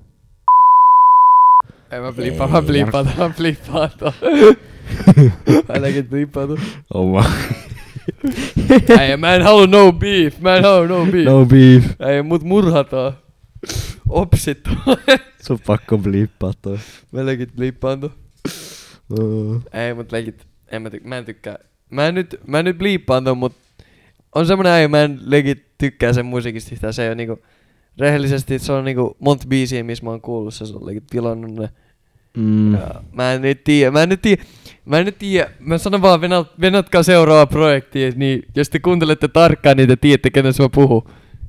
Ei mä blippaan tuon. Ainakin blippaan tuon. Oma. Ei, mä en halua no beef. No beef. Ei, mut murhataan. Opsittu. Sun pakko blippaa toi. Melkein blippaan tuon. Ei, mut legit. Mä en tykkää. Mä en nyt bliippaan ton, mut on semmonen äijä, mä en legit tykkää sen musiikista yhtään. Se ei oo niinku, rehellisesti se on niinku monta biisiä, missä mä oon kuullut, se on legit pilannut ne. Ja mä en nyt tiedä. Mä sanon vaan, venatkaa seuraavaa projektia, niin jos te kuuntelette tarkkaan, niin te tiedätte, kenestä mä puhun.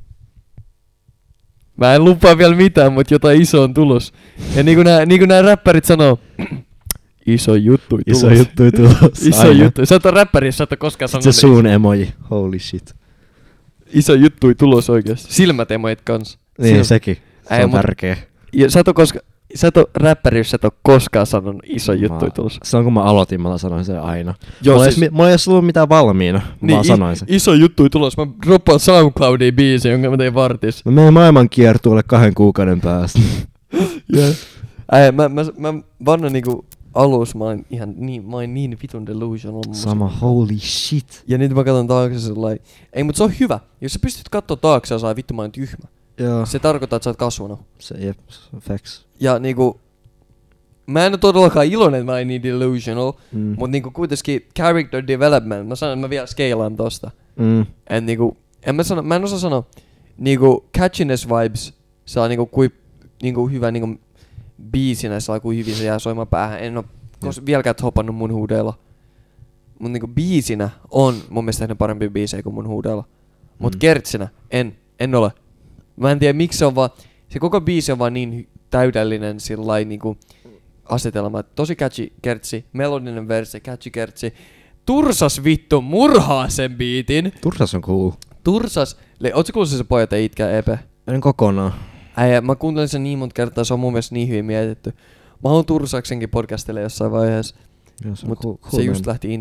Mä en lupaa vielä mitään, mut jotain iso on tulos. Ja niinku nää räppärit sanoo, iso juttu tulos. Iso juttu tulos. Iso juttu. Sä oot on räppäri, jos sä oot koskaan sanonut. Se suun emoji, holy shit. Iso juttu tulos oikeesti. Silmät emojit kans. Niin sekin, se on tärkeä. Ja sä et oo räppäri, jos sä et oo koskaan sanonut iso juttu tulos. Silloin kun mä aloitin, mä sanoin sen aina. Joo, mulla ei ollut mitään valmiina, niin, mä sanoin sen. Iso juttu tulos, mä droppaan SoundCloudiin biisi, jonka mä tein vartis. Mä menen maailmankiertueelle 2 kuukauden päästä. Yeah. Mä vannan niinku alus, mä oon niin vitun delusional. Sama, holy shit. Ja nyt mä katon taakse sellainen. Ei, mut se on hyvä. Jos sä pystyt kattoo taakse ja saa vittu mä oon tyhmä. Joo. Se tarkoittaa, että sä oot kasvanut. Se jep, facts. Ja niinku, mä en oo todellakaan iloinen, että mä oon niin delusional. Mut niinku kuitenkin character development, mä sanon, että mä vielä scalaan tosta. En niinku, mä en osaa sanoa. Niinku catchiness vibes saa niinku hyvä niinku biisinä, saa kuin hyvin se jää soimaan päähän. En oo vieläkään hopannut mun huudeilla. Mut niinku biisinä on mun mielestä tehnyt parempia biisejä kuin mun huudeilla. Mut kertsinä en ole. Mä en tiedä miksi se on vaan, se koko biisi on vaan niin täydellinen sillain niinku asetelma. Tosi catchy kertsi, melodinen verse, catchy kertsi. Tursas vittu murhaa sen biitin. Tursas on cool. Ootko kuullut se Pojat ei itkää EP? En kokonaan. Mä kuuntelin sen niin monta kertaa, se on mun mielestä niin hyvin mietitty. Mä haluan Tursaksenkin podcastille jossain vaiheessa. Joo, se on mut cool se just lähti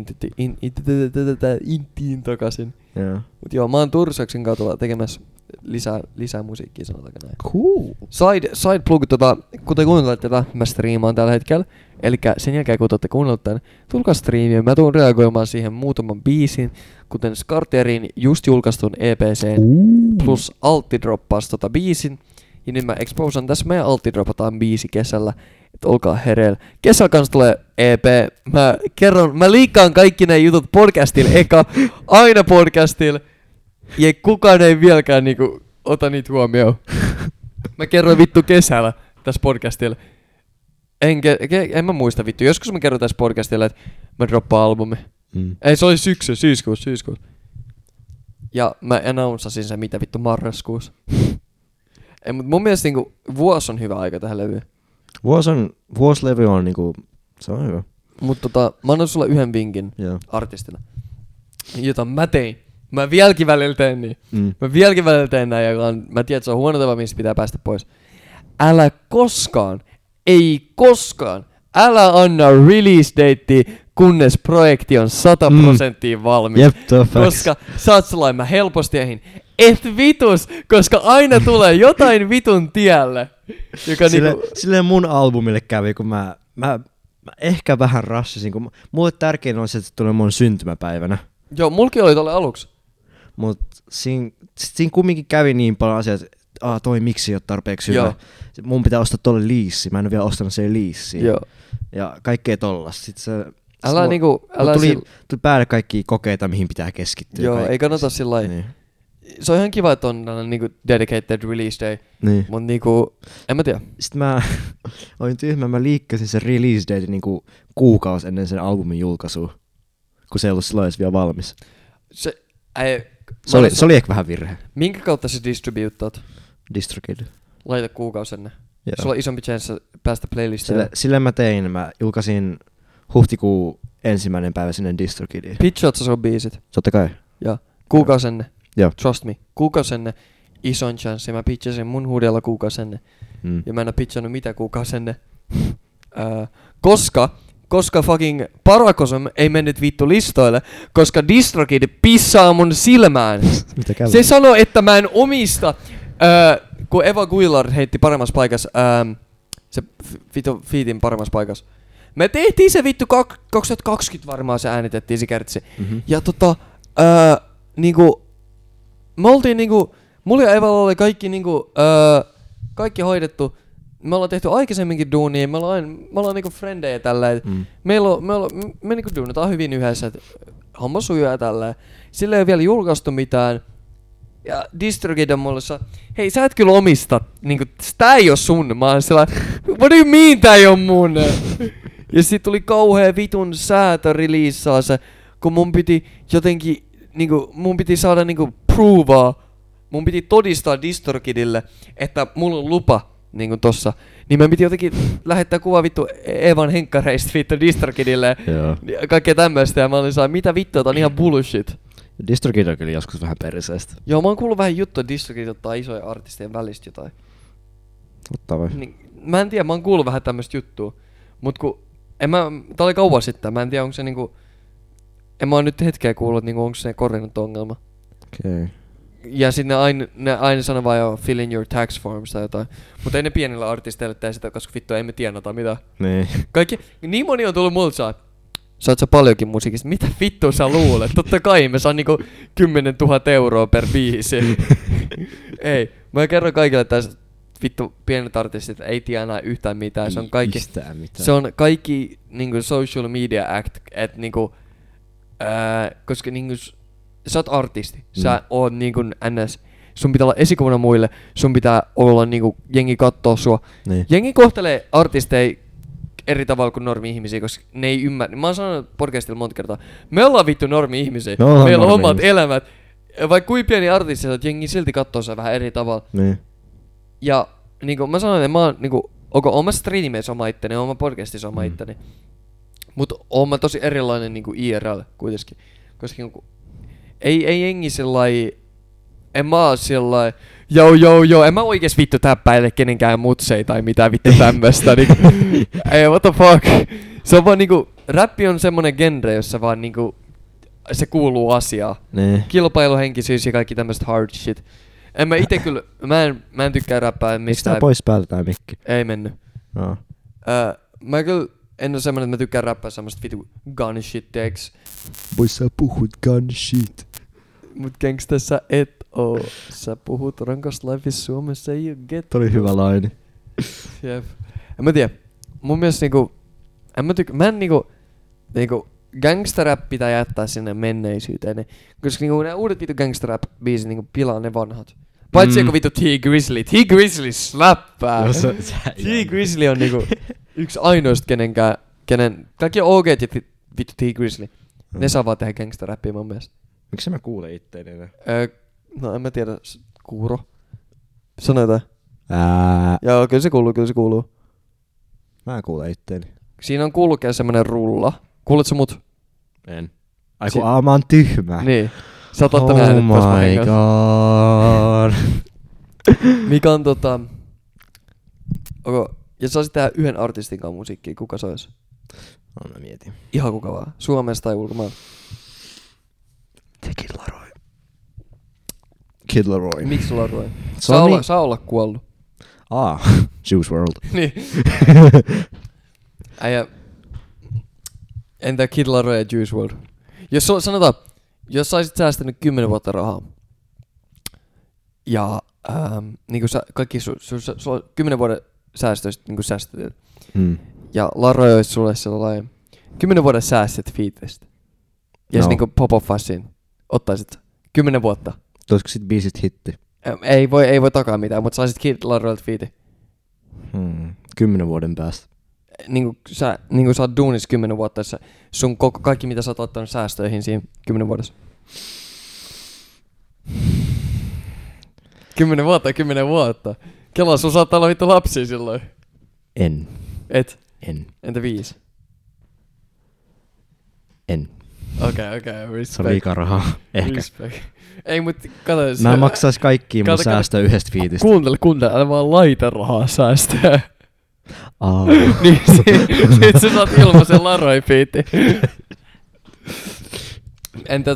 intiin takaisin. Yeah. Mut joo, mä oon Tursaksen kautta tekemässä lisää musiikkia, sanotaanko näin. Cool. Side plug, kuten kuuntelette tätä, mä striimaan tällä hetkellä. Elikkä sen jälkeen kun te ootte kuunnellut tän, tulkaa striimiin. Mä tuun reagoimaan siihen muutaman biisin, kuten Skarterin just julkaistun EPC:n plus Altti droppas biisin. Ja nyt mä exposan tässä meidän Altti dropataan biisi kesällä. Et olkaa hereillä. Kesällä kans tulee EP. Mä liikkaan kaikki nämä jutut podcastilla eka. Aina podcastilla. Ja kukaan ei vieläkään niinku ota niitä huomioon. Mä kerroin vittu kesällä tässä podcastilla. En mä muista vittu. Joskus mä kerron tässä podcastilla, että mä droppaan albumi. Ei, se oli syyskuussa. Ja mä announceasin sen mitä vittu marraskuussa. Ei, mut mun mielestä niinku vuosi on hyvä aika tähän levyyn. Vuosilevy on niinku, se on hyvä. Mut mä annan sulle yhden vinkin artistina, jota mä tein. Mä vieläkin välillä teen niin. Mä vieläkin välillä teen näin, joka on, mä tiedän, että se on huono tapa, mistä pitää päästä pois. Älä koskaan, ei koskaan, älä anna release date, kunnes projekti on 100% valmis. Jep, koska sä oot sellainen, mä helposti ehin. Et vitus, koska aina tulee jotain vitun tielle. Joka silleen mun albumille kävi, kun mä ehkä vähän rassasin, kun mulle tärkein on se, että se tulee mun syntymäpäivänä. Joo, mulki oli tolle aluksi. Mut siinä kumminkin kävi niin paljon asioita, että toi miksi ei ole tarpeeksi hyvä. Mun pitää ostaa tolle liissi, mä en ole vielä ostanut sen liissiin. Joo. Ja kaikkea tollas. Tuli päälle kaikkia kokeita, mihin pitää keskittyä. Joo, ei kannata sillai. Niin. Se on ihan kiva, että on niinku dedicated release day. Niin. Mut niinku, en mä tiedä. Sitten mä olin tyhmä, mä liikkasin sen release date niinku kuukausi ennen sen albumin julkaisua. Kun se ei ollut silloin edes vielä valmis. Se oli ehkä vähän virhe. Minkä kautta sä distribuuttaat? DistroKid. Laita kuukausi ennen. Sulla on isompi chance päästä playlistiin. Sillä mä tein. Mä julkaisin huhtikuun 1. päivä sinne DistroKidiin. Pitchaat sä sun biisit? Totta kai. Joo. Kuukausi ennen. Joo. Trust me. Kuukausi ennen. Ison chance. Mä pitchasin mun huudella kuukausi ennen. Ja mä en oo pitchannut mitä kuukausi ennen. Koska fucking Paracosm ei mennyt vittu listoille, koska DistroKid pissaa mun silmään. Se sanoo, että mä en omista, kun Eva Guillard heitti paremmassa paikassa, se vittu featin paremmassa paikassa. Me tehtiin se vittu 2020 varmaan se äänitettiin se kertsi. Ja niinku, me oltiin niinku, mulla ja Evalla oli kaikki niinku, kaikki hoidettu. me ollaan tehty aikaisemminkin duunia, me ollaan niinku frendejä tälleen. Me niinku duunataan hyvin yhdessä, että homma sujuu ja tälleen. Sillä ei ole vielä julkaistu mitään. Ja DistroKid on mulle hei sä et kyllä omista, niinku tää ei oo sun. Mä oon sellainen, what do you mean tää ei oo mun? Ja sit tuli kauhea vitun säätö releasaa se, kun mun piti jotenkin, niinku mun piti saada niinku provaa. Mun piti todistaa DistroKidille, että mulla on lupa niinku tossa. Niin mä piti jotenkin lähettää kuva vittu Evan henkkareista vittu DistroKidille. Ja kaikkea tämmöstä ja mä olin mitä vittua, tää on ihan bullshit. DistroKid on kyllä joskus vähän periseestä. Joo, mä oon kuullut vähän juttua, että DistroKid ottaa isoja artistien välistä jotain. Ottaa vai? Niin, mä en tiedä, mä oon kuullut vähän tämmöstä juttua. Mut kun, tää oli kauan sitten, mä en tiedä onko se niinku, en mä oon nyt hetkeä kuullut, niinku onko se korjannut ongelma. Okei. Ja sit ne aina sanoo vaan jo fill in your tax forms tai jotain. Mutta ei ne pienillä artisteille tee sitä, koska vittu ei me tienata mitään. Niin. Niin moni on tullut multa saat sä paljonkin musiikista. Mitä vittua sä luulet? Totta kai me saan niinku 10 000 euroa per biisi. Ei. Mä kerron kaikille, että vittu pienet artistit ei tienaa yhtään mitään. Se on kaikki, se on kaikki niinku social media act. Et niinku, koska niinku sä oot artisti. Sä oot niinku ns. Sun pitää olla esikuvana muille. Sun pitää olla niinku jengi kattoo sua. Niin. Jengi kohtelee artisteja eri tavalla kuin normi-ihmisiä, koska ne ei ymmärrä. Mä oon sanonut podcastilla monta kertaa. Me ollaan vittu normi-ihmisiä. Meillä on omat elämät. Vaikka kuin pieni artisti, että jengi silti kattoo sitä vähän eri tavalla. Niin. Ja niinku mä sanoin, että mä oon niinku, oon mä streameissa oma itteni, oon mä podcastissa oma itteni. Mut oon mä tosi erilainen niinku IRL kuitenkin. Koska niinku, ei jengi sellai, en mä oo sellai, joo, en mä oikees vittu täppäile kenenkään mutsei tai mitään vittu tämmöstä. Niinku, ei, what the fuck. Se on vaan niinku, räppi on semmonen genre, jossa vaan niinku, se kuuluu asiaan. Nee. Kilpailuhenkisyys ja kaikki tämmöset hard shit. En mä ite kyllä, mä en tykkää räppää mistään. Eikö tää pois päältä tää mikki? Ei mennyt. No. Mä kyllä en oo semmonen, että mä tykkään räppää semmoset vitu gun shit teeks. Bois sä puhut gun shit. Mut gangsta sä et oo. Sä puhut rankasta lifeissa Suomessa ei oo get. Toi oli hyvä laini. Jep. En mä tiedä. Mun mielestä niinku, mä en niinku gangsterrap pitää jättää sinne menneisyyteen. Koska niinku ne uudet vitu gangsterrap biisit niinku pilaa ne vanhat. Paitsi joku vitu T Grizzly. T Grizzly slappää. T Grizzly on niinku yksi ainoista kenen kaikki OGt ja vittu T Grizzly. Ne saa vaan tehdä gangsterrappia mun mielestä. Miksi mä kuulen itteeni enää? No en mä tiedä. Kuuro. Sano jotain. Joo, kyllä se kuuluu. Mä en kuule itteeni. Siinä on kulkea semmonen rulla. Kuuletko mut? En. Ai kun mä oon tyhmä. Niin. Sä oot ottanut äänet pois mä hengas. Oh my god. Mikä on jos saisit tehdä yhden artistin kanssa musiikkia, kuka se ois? Mä mietin. Ihan kuka vaan. Suomesta tai ulkomailla. Kid Laroi. Kid Laroi. Miksi Laroi? Saa olla kuollut. Juice WRLD. Niin. Äijä. Entä Kid Laroi ja Juice WRLD? Sanotaan, jos saisit säästänyt 10 vuotta rahaa. Ja niinku kaikki 10 vuoden säästöistä niinku säästetään. Ja Laroi olisi sulle sellainen 10 vuoden säästet featistä. Ja niinku pop-off-fassin ottaisit 10 vuotta. Toisiko sit biisit hitti? Ei voi takaa mitään, mutta saisit Kid Laroilta feati. 10 vuoden päästä. Niinku sä oot duunis 10 vuotta, sun kaikki mitä sä oot ottanut säästöihin siinä 10 vuodessa. 10 vuotta. Kelaa sun saattaa olla vittu lapsia silloin. En. Et? En. Entä 5? En. Okei, respect. Se on liikaa rahaa. Ehkä. Respect. Ei mut kato. Mä maksais kaikkia mun säästöä yhdestä featistä. Kuuntele, älä vaan laita rahaa säästää. Niin sit sä saat ilmaisen Laroi feati. Entä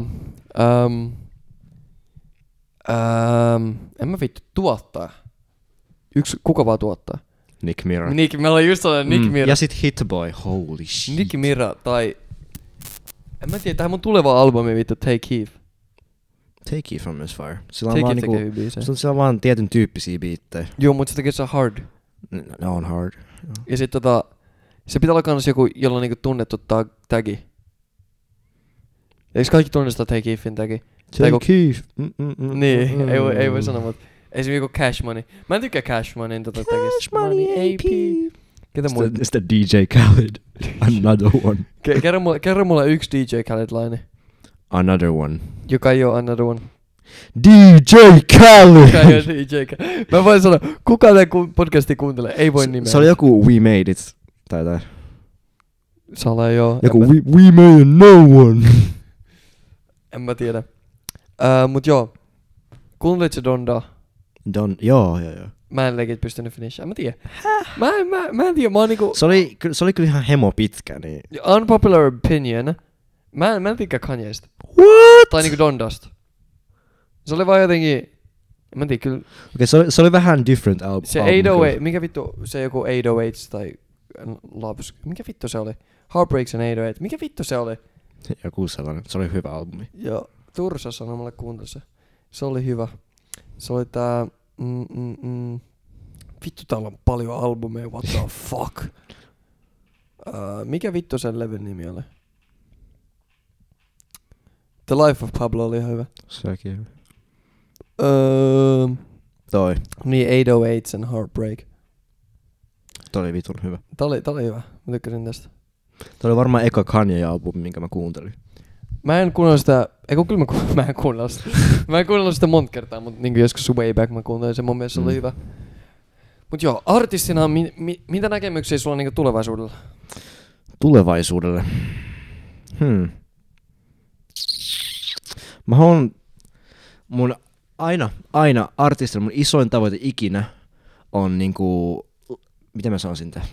en mä vittu tuottaa. Kuka vaan tuottaa? Nick Mira. Me ollaan just sellainen Nick Mira. Ja sit Hitboy, holy shit. Nick Mira tai en mä tiedä, tähän mun tuleva albumi vittu Take Heath. Take Heath on myös fire. Take Heath tekee hyviä biisejä. Sillä on vaan tietyn tyyppisiä biittejä. Joo, mut se tekee se hard. Ne on hard. Ja sit se pitää olla kans joku, jolla on niinku tunnettu tagi. Eiks kaikki tunnistaa Take Keefin tagi? Take Keef. Niin, ei voi sanoa, mutta esimerkiksi joku Cash Money. Mä en tykkää Cash Moneyn tagista. Cash Money AP. Ketä muita? It's the DJ Khaled. Another one. Kerro mulle yksi DJ Khaled-laini. Another one. Joka ei oo Another One. DJ Khaled! Joka ei oo DJ Khaled. Mä voin sanoa, kuka tää podcasti kuuntelee, ei voi nimeä. Se oli joku We Made It. Tai. Sale joo. Joku we made no one. En mä tiedä. Mut joo. Kuuntelit se Donda? Joo. Mä en legit pystynyt finishaa. Mä tiedä. Mä en tiedä. Mä oon niinku... Se oli kyllä ihan hemo pitkä, niin... Unpopular opinion. Mä en tykkää Kanyeesta. What? Tai niinku Dondasta. Se oli vaan jotenkin... Mä en tiedä kyllä... Okei, se oli vähän different album. Se 808... Mikä vittu se joku 808 tai... Loves... Mikä vittu se oli? Heartbreaks and 808. Mikä vittu se oli? Joku sellainen. Se oli hyvä albumi. Joo. Tursa sanoi mulle kuuntele se. Se oli hyvä. Se oli tää... Vittu täällä on paljon albumeja, what the fuck. Mikä vittu sen levyn nimi oli? The Life of Pablo oli ihan hyvä. Sekin hyvä. Toi. Niin 808 and Heartbreak. Toi oli vitun hyvä. Tää oli hyvä. Mä tykkäsin tästä. Toi oli varmaan eka Kanye-albumi, minkä mä kuuntelin. Mä en kuunnella sitä, mä en kuunnella sitä. Mä en kuunnella sitä monta kertaa, mutta niin joskus way back mä kuuntelin sen, mun mielestä se oli hyvä. Mut joo, artistina mitä näkemyksiä sulla on niinku tulevaisuudella? Tulevaisuudelle? Mä oon mun aina artistina, mun isoin tavoite ikinä on niinku, miten mä sanoisin tää?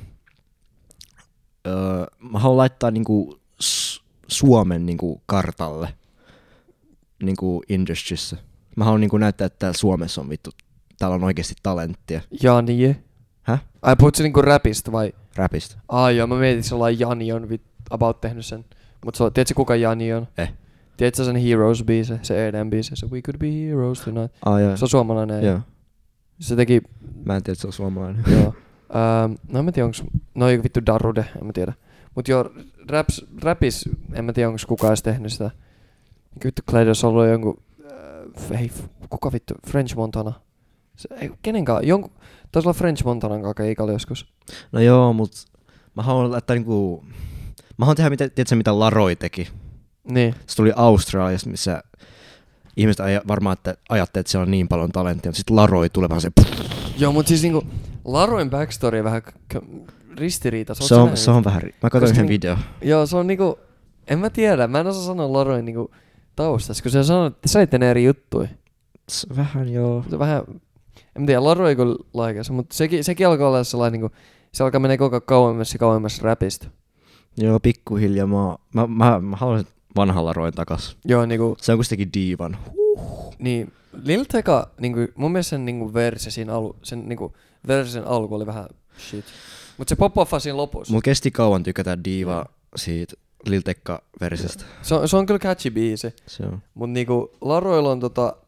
Mä haluan laittaa niinku Suomen niinku kartalle niinku industryssä. Mä haluan niinku näyttää, että täällä Suomessa on vittu, täällä on oikeesti talenttia. Janie. Häh? Ai puhut se niinku rapista vai? Rapista. Joo, mä mietin, että sellainen Jani on about tehnyt sen. Mut tiedätkö kuka Jani on? Tiedätkö sen Heroes-biise, se EDM-biise, se We Could Be Heroes Tonight. Joo. Se on suomalainen. Joo. Se teki... Mä en tiedä, että se on suomalainen. Joo. No en mä tiedä, onks... No joku vittu Darude, en mä tiedä. Mut joo, rapis, en mä tiedä, onks kukaan edes tehnyt sitä. Vittu Kledos on ollut jonkun... kuka vittu? French Montana. Kenenkaan? Taisi olla French Montanan kanssa keikalla joskus. No joo, mut... Mä haluan laittaa niinku... Mä haluan tehdä, tiedätkö mitä Laroi teki? Niin. Se tuli Australiasta, missä ihmiset varmaan ajattelee, että siellä on niin paljon talenttia, mutta sitten Laroi tulee vähän se... Joo, mut siis niinku Laroin backstory on vähän ristiriita. Se on vähän... Mä katsoin yhden video. Joo, se on niinku... En mä tiedä, mä en osaa sanoa Laroin niinku taustasta, kun se sanoo, että sä ne eri juttuja. Vähän joo. Se vähän... En mä tiedä, Laroi kun laikassa, mutta sekin alkaa olla sellainen niinku... Se alkaa mennä koko kauemmas rapista. Joo, pikkuhiljaa mä haluaisin vanhan Laroin takas. Joo, niinku... Se on kuitenkin diivan. Niin, Lil Tecca, niinku, mun mielestä sen niinku versen alku oli vähän shit. Mut se pop-offa siinä lopussa. Mulla kesti kauan tykätä diivaa siitä Lil Tecca-versiosta. Se on kyllä catchy biisi. Se on. Mut niinku Laroilla on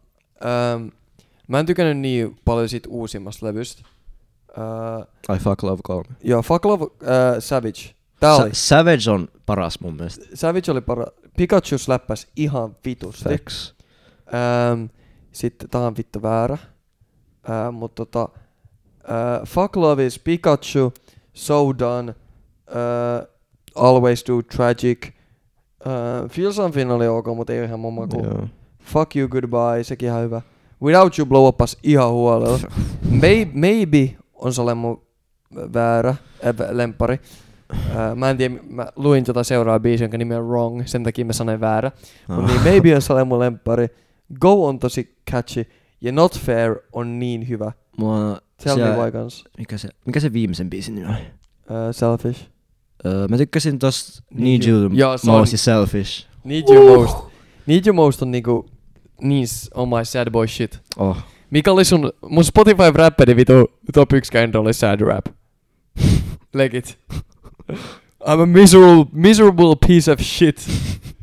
mä en tykännyt niin paljon siitä uusimmasta levystä. I Fuck Love Call Me. Joo, Fuck Love Savage. Tää oli. Savage on paras mun mielestä. Savage oli paras. Pikachu släppäs ihan vitusti. Facts. Sitten tää on vittu väärä. Fuck Love is Pikachu, So Done, Always Do Tragic. Feel Something oli ok, mut ei oo ihan mun maku. Yeah. Fuck You Goodbye, sekin ihan hyvä. Without You Blow Upas ihan huolella. Maybe on sellainen mun väärä, lemppari. Mä en tiedä, mä luin seuraavaa biisiä, jonka nimi on Wrong, sen takia mä sanoin väärä. Mut niin Maybe on sellainen mun lemppari. Go on tosi catchy. Ja Not Fair on niin hyvä. Tell Me Why kans. Mikä se viimeisen biisin nimi oli? Selfish. Mä tykkäsin tosta Need You Most ja Selfish. Need You Most. Need You Most on niinku on my sad boy shit. Oh. Mikä oli mun Spotify-räppäri vitu top 1 käyntä oli sad rap. Legit. I'm a miserable piece of shit.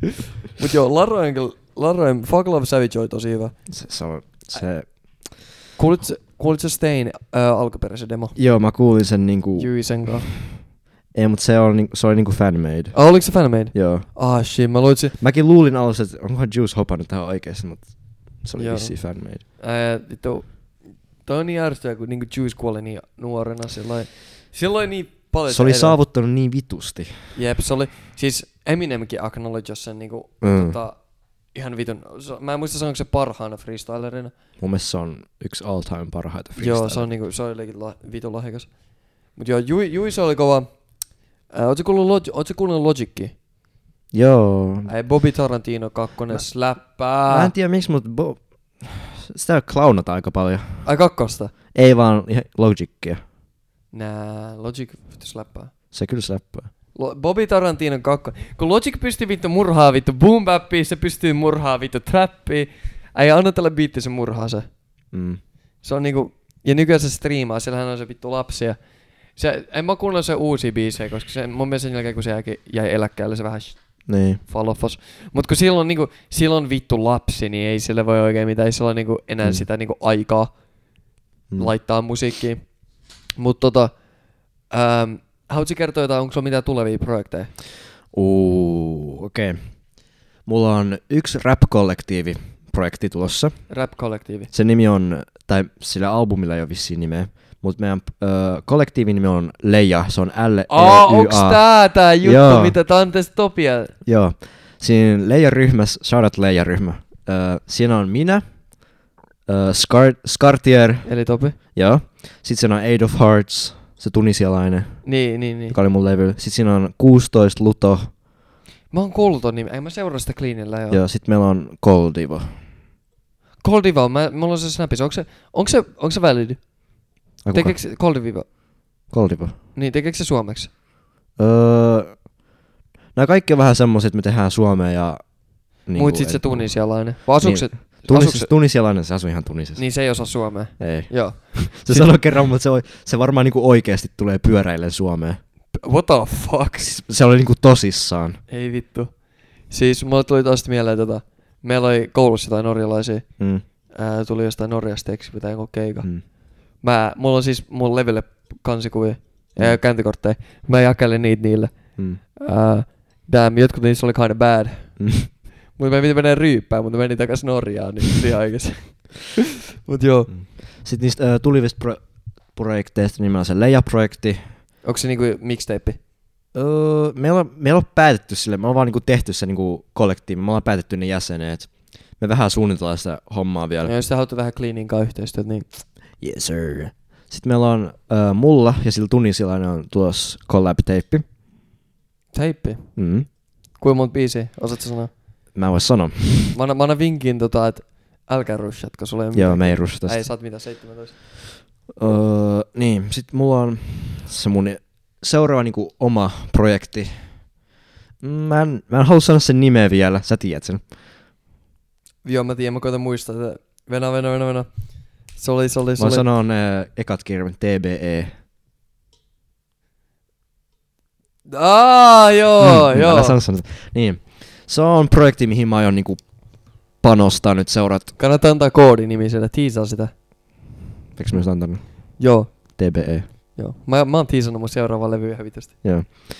Mut joo, Laroin Fuck Love Savage oli tosi hyvä. Kuulitko Stein alkuperäisen demo? Joo, mä kuulin sen niinku... Jyisen kanssa. Ei, mut se oli niinku fanmade. Oliko se fanmade? Joo. Shit, mä luin se. Mäkin luulin alussa, että onkohan Juice hopannut tähän oikeesti, mut se oli vissiin fanmade. Toi on niin järjestöä, kun niinku Juice kuoli niin nuorena. Silloin niin paljon... Se oli saavuttanut niin vitusti. Jep, se oli... Siis Eminemkin acknowledge sen niinku... Ihan vitun... Mä en muista onko se parhaana freestylerina. Mun mielestä se on yksi all time parhaita freestyler. Joo, se on niinku... Se oli vitun lahjakas. Mut joo, Juice oli kova... Ootko kuunnellut Logicia? Joo. Bobby Tarantino 2 släppää. Mä en tiedä miksi, mut sitä klaunataan aika paljon. Ai kakkosta? Ei vaan ihan Logicia. Logic vittu släppää. Se kyllä släppää. Bobby Tarantino 2. Kun Logic pystyy vittu murhaa vittu boom bappia, se pystyy murhaa vittu trappia. Ei anna tälle biitti se murhaa se. Se on niinku... Ja nykyään se striimaa, siellähän on se vittu lapsia. En mä kuunnella se uusia biisejä, koska se, mun mielestä sen jälkeen kun se jäi eläkkeelle se vähän falofos. Mut kun silloin vittu lapsi, niin ei sille voi oikein mitään, ei sillä niinku enää sitä niinku aikaa laittaa musiikkiin. Mut haluatko kertoa jotain, onko sulla mitään tulevia projekteja? Okei. Mulla on yksi rap-kollektiivi projekti tulossa. Rap-kollektiivi? Se nimi on, tai sillä albumilla ei ole vissiin nimeä. Mutta meidän kollektiivin nimi on Leija, se on L-E-Y-A. Onks tää juttu, mitä tää on tästä Topia? Joo. Siinä Leija-ryhmässä, shoutout Leija-ryhmä. Siinä on minä, Scartier. Eli Topi. Joo. Sitten siinä on Eight of Hearts, se tunisialainen. Niin. Joka oli mun levyllä. Sitten siinä on 16 Luto. Mä oon kuullut ton nimi, mä seuraa sitä Cleanilla joo. Joo, sit meillä on Goldivo. Goldivo, mulla on se snapissa, onko se valid? Tekeekö se Goldivo? Niin, tekeekö se suomeksi? Nää kaikki on vähän semmoset, että me tehdään suomeen ja... Mut sit se tunisialainen. Vai asuuko se... Tunisialainen, se asuu ihan Tunisessa. Niin se ei osaa suomea. Ei. Joo. Se sanoi kerran, mutta se varmaan niinku oikeesti tulee pyöräillen Suomeen. What the fuck? Se oli niinku tosissaan. Ei vittu. Siis mulle tuli taas mieleen meillä oli koulussa jotain norjalaisia. Tuli jostain Norjasta pitää joku keika. Mulla on siis mun levylle kansikuvia ja käyntikortteja. Mä jakelen niitä niille. Jotkut niissä oli kinda bad. Mut mä piti mennä ryyppään, mutta menin takas Norjaan niin aikaisin. Mut joo. Sitten niistä tulivista projekteista nimellä on se Leija-projekti. Onko se niinku mixtape? Meillä on päätetty sille, me ollaan vaan niinku tehty se niinku kollektiivi, me ollaan päätetty ne jäsenet. Me vähän suunnitellaan sitä hommaa vielä. Ja jos te haluatte vähän Cleanin kanssa yhteistyötä, niin... Yes sir. Sitten meillä on mulla ja sillä tunisilainen on tulossa collab-teippi. Teippi? Kuinka monta biisiä? Osaatko sanoa? Mä en voi sanoa. Mä annan vinkin että älkää rushatko, sulla ei ole Joo, me ei rushata. Ei, sä oot mitä, 17? Niin, sit mulla on se mun seuraava niinku oma projekti. Mä en halua sanoa sen nimeä vielä, sä tiedät sen. Joo, mä tiedän, mä koitan muistaa, että Venä. Se oli. Mä sanon ekat kirjaimet TBE. Joo. Älä sano. Niin. Se on projekti, mihin mä aion niinku panostaa nyt seurat. Kannattaa antaa koodinimi siellä, tiisaa sitä. Eikö mä just antanut? Joo. TBE. Joo. Mä oon tiisannut mun seuraavaa levyä ihan vitusti. Joo.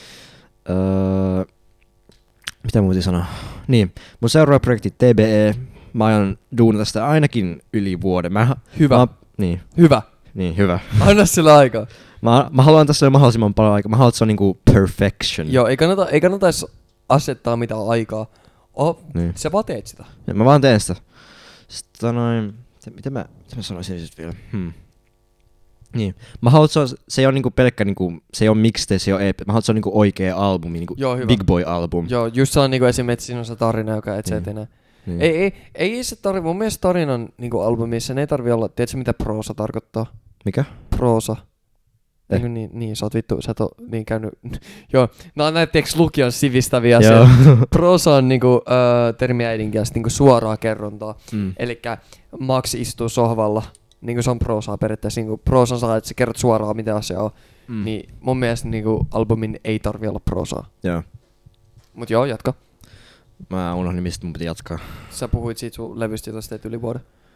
Mitä muutin sanoa? Niin, mun seuraava projekti TBE. Mä aion duunata sitä ainakin yli vuoden. Hyvä. Hyvä. Niin, hyvä. Anna sillä aikaa. Mä haluan tässä mahdollisimman paljon aikaa. Mä haluan, että se on niinku perfection. Joo, ei kannata edes asettaa mitään aikaa. Niin. Sä vaan teet sitä. Ja mä vaan teen sitä. Sitten mitä mä sanoisin sit vielä? Niin. Mä haluan, että se ei ole niinku pelkkä niinku, se ei ole mixtape, se ei ole EP. Mä haluan, että se on niinku oikea albumi, niinku Big Boy album. Joo, just se on niinku esimerkiksi siinä on se tarina, joka et sä et enää. Niin. Ei se tarvi, mun mielestä tarinan niinku albumissa, ne ei tarvi olla, tiedätkö mitä proosa tarkoittaa? Mikä? Proosa. Niin, sä oot vittu, sä oot niin käynyt, joo, no näettekö lukijan sivistäviä asiaa. Proosa on niinku termi äidinkielistä niinku suoraa kerrontaa. Elikkä Max istuu sohvalla, niinku se on proosaa periaatteessa, niinku proosan saa, että sä kerrot suoraan mitä asia on. Niin mun mielestä niinku albumin ei tarvi olla proosaa. Joo. Mut joo, jatka. Mä unohdin mistä mun piti jatkaa. Sä puhuit siitä sun levystä, jota sä teet yli vuoden.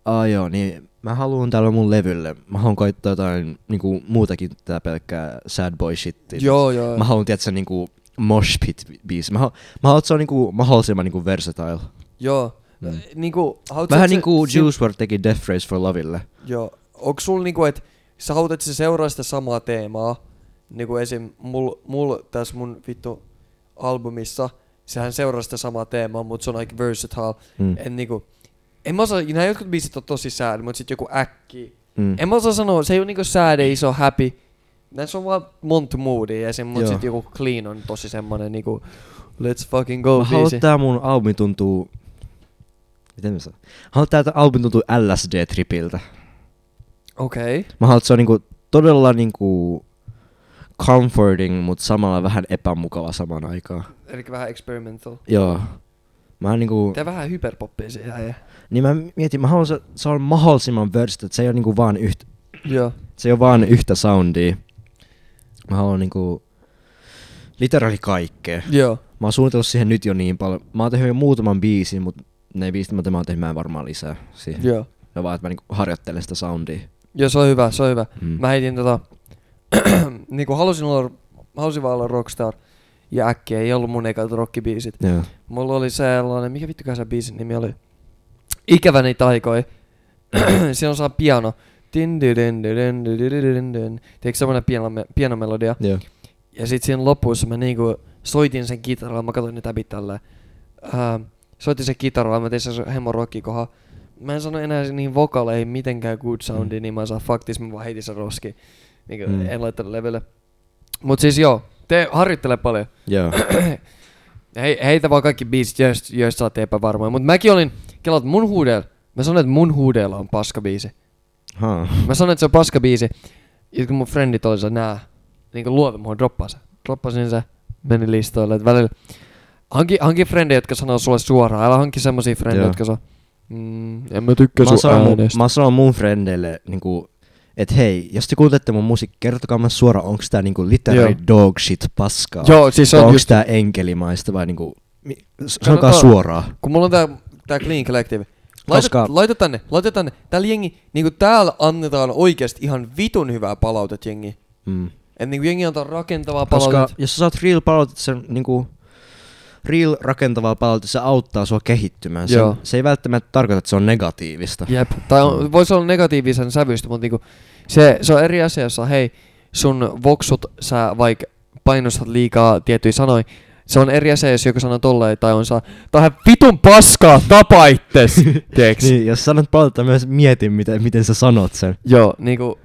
Joo, niin mä haluan tällä mun levylle. Mä haluan koittaa jotain niinku muutakin tää pelkkää sad boy shittiä. Joo. Mä haluan tietää niinku mosh pit biisi. Mä haluan, että se on niinku mahdollisimman niinku versatile. Joo. Niinku, vähän niinku Juice WRLD teki Death Race for Lovelle. Joo. Onko sulla niinku, että sä haluat, että se seuraa sitä samaa teemaa? Niinku esim. Mul tässä mun vittu albumissa, sehän seuraa sitä samaa teemaa, mutta se on aika versatile. En niinku, en mä osaa, nää jotkut biisit on tosi sad, mutta sit joku äkki. En mä osaa sanoa, se ei oo niinku sad, ei se oo happy. Näissä on vaan monta moodia esim, mut sit joku clean on tosi semmonen niinku let's fucking go biisi. Mä haluan, tää mun albumi tuntuu, miten mä sanon? Haluan, tää albumi tuntuu LSD-tripiltä. Okei. Mä haluan, että se on niinku todella niinku comforting, mut samalla vähän epämukava samaan aikaan. Elikkä vähän experimental. Joo. Mä niinku... Tää vähän hyperpoppia siihen. Niin mä mietin, mä haluan, se on mahdollisimman versatile, että se ei oo niinku vaan yhtä... Joo. Se ei oo vaan yhtä soundia. Mä haluan niinku... Literaali kaikkea. Joo. Mä oon suunnitellut siihen nyt jo niin paljon. Mä oon tehnyt jo muutaman biisin, mut ne biisit, mitä mä oon tehnyt, mä en varmaan lisää siihen. Joo. Ja vaan, että mä niinku harjoittelen sitä soundia. Joo, se on hyvä. Mä heitin niinku halusin vaan olla rockstar. Ja äkkiä ei ollut mun ekat rockibiisit. Joo. Mulla oli sellainen, mikä vittukaan se biisin nimi oli? Ikäväni taikoi. Siinä on saa piano. Tiedätkö semmonen pianomelodia? Joo. Ja sit siinä lopussa mä niinku soitin sen kitaralla, mä katsoin ne täbit tälleen. Soitin sen kitaralla, mä tein sen hemmo rockikohan. Mä en sano enää niihin vokaleihin mitenkään good soundi, niin mä saan faktis, mä vaan heitin sen roski. Niinku en laittanut levylle. Mut siis joo, harjoittele paljon. Joo. Heitä vaan kaikki biisit, joista saatte epävarmoja. Mut mäkin olin, kelat mun huudella. Mä sanoin, että mun huudella on paskabiisi. Mä sanoin, että se on paskabiisi. Ja kun mun friendit oli se nää, niinku luota muun, droppaa se. Droppasin se, meni listoille. Et välillä hanki frendejä, jotka sanoo sulle suoraan. Älä hanki semmosia frendejä, jotka sanoo en mä tykkää sun äänestä. Mä sanon mun frendeille niinku, et hei, jos te kuuntelette mun musiikki, kertokaa mä suoraan, onks tää niinku literary dog shit paskaa. Joo, siis on onks just tää enkelimaista vai niinku, sanokaa suoraan. Kun mulla on tää Clean Collective. Laita tänne. Täällä jengi, niinku täällä annetaan oikeesti ihan vitun hyvää palautetta jengi. Et niinku jengi antaa rakentavaa palautetta. Koska jos sä saat real palautetta, se niinku real rakentavaa palautetta, se auttaa sua kehittymään. Se ei välttämättä tarkoita, että se on negatiivista. Jep. Tai voisi olla negatiivisen sävyistä, mutta niinku se on eri asia, jossa hei, sun voksut sä vaikka painostat liikaa tiettyjä sanoja. Se on eri asia, jos joku sanoo tolleen, tai on saa, tähän vitun paskaa, tapa itses, tiiäks? Niin, jos sanot palautetta, myös mieti, miten sä sanot sen. Joo, niinku,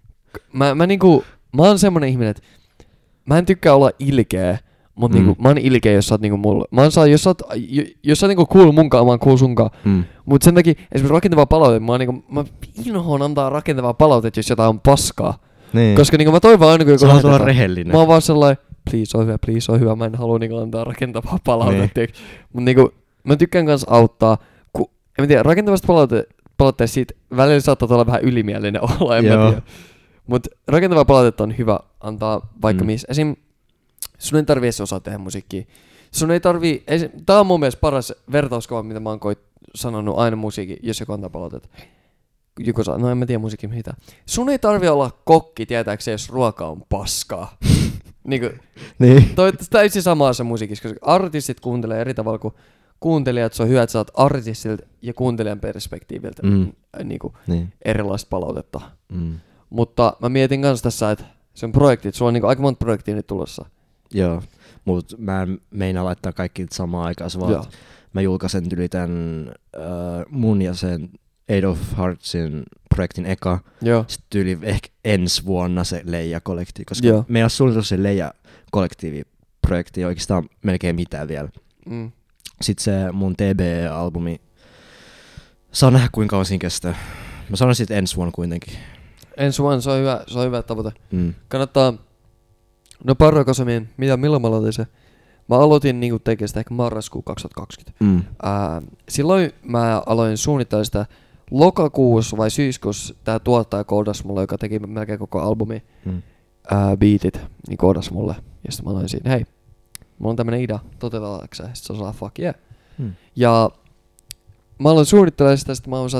mä oon semmonen ihminen, että mä en tykkää olla ilkeä, mut niinku, mä oon ilkeä, jos sä oot niinku mulle. Jos sä oot niinku cool munkaan, mä oon cool sunkaan. Mut sen takia, esimerkiksi rakentavaa palautetta, mä inhoon antaa rakentavaa palautetta, jos jotain on paskaa. Niin. Koska niinku mä toivon aina, kun joku lähetetään. Sä haluat olla rehellinen. Mä oon vaan sellainen, please on hyvä, mä en halua niinku antaa rakentavaa palautetta. Niin. Mut niinku, mä tykkään kans auttaa, en tiedä, rakentavasta palautteesta siitä välillä saattaa olla vähän ylimielinen olla, en mä tiedä. Mut rakentavaa palautetta on hyvä antaa vaikka missä. Esim. Sun ei tarvii edes osaa tehdä musiikkia. Sun ei tarvii, tää on mun mielestä paras vertauskuva, mitä mä oon sanonut aina musiikin, jos joku antaa palautetta. Joku saa, no en mä tiedä musiikin mitä. Sun ei tarvii olla kokki tietääkseen, jos ruoka on paskaa. Niin. Toi täysin samaa se musiikissa, koska artistit kuuntelee eri tavalla kuin kuuntelijat. Se on hyvä, että saat artistilta ja kuuntelijan perspektiiviltä erilaista palautetta. Mutta mä mietin kans tässä, että se on projektit. Sulla on aika monta projektia nyt tulossa. Joo, mutta mä en meinaa laittaa kaikki samaan aikaan. Vaan mä julkaisen yli tän mun ja sen Eight of Heartsin projektin eka. Joo. Sitten yli ehkä ensi vuonna se Leija-kollektiivi, koska meillä on suunniteltu se Leija-kollektiivi-projekti ja oikeastaan melkein mitään vielä. Sitten se mun TB-albumi, saa nähdä kuinka kauan siinä kestää. Mä sanon sitten ensi vuonna kuitenkin. Ensi vuonna, se on hyvä tavoite. Kannattaa, no Parrokosamien, milloin mä aloitin se? Mä aloitin niinku tekemään sitä ehkä marraskuu 2020. Silloin mä aloin suunnittelemaan sitä lokakuussa vai syyskuussa tää tuottaja koodas mulle, joka teki melkein koko albumi beatit, niin koodas mulle. Ja sitten mä aloin siinä, hei, mulla on tämmönen idea, toteutetaanko sä? Sitten se on fuck yeah. Ja mä aloin suunnittelemaan sitä, sitten mä aloin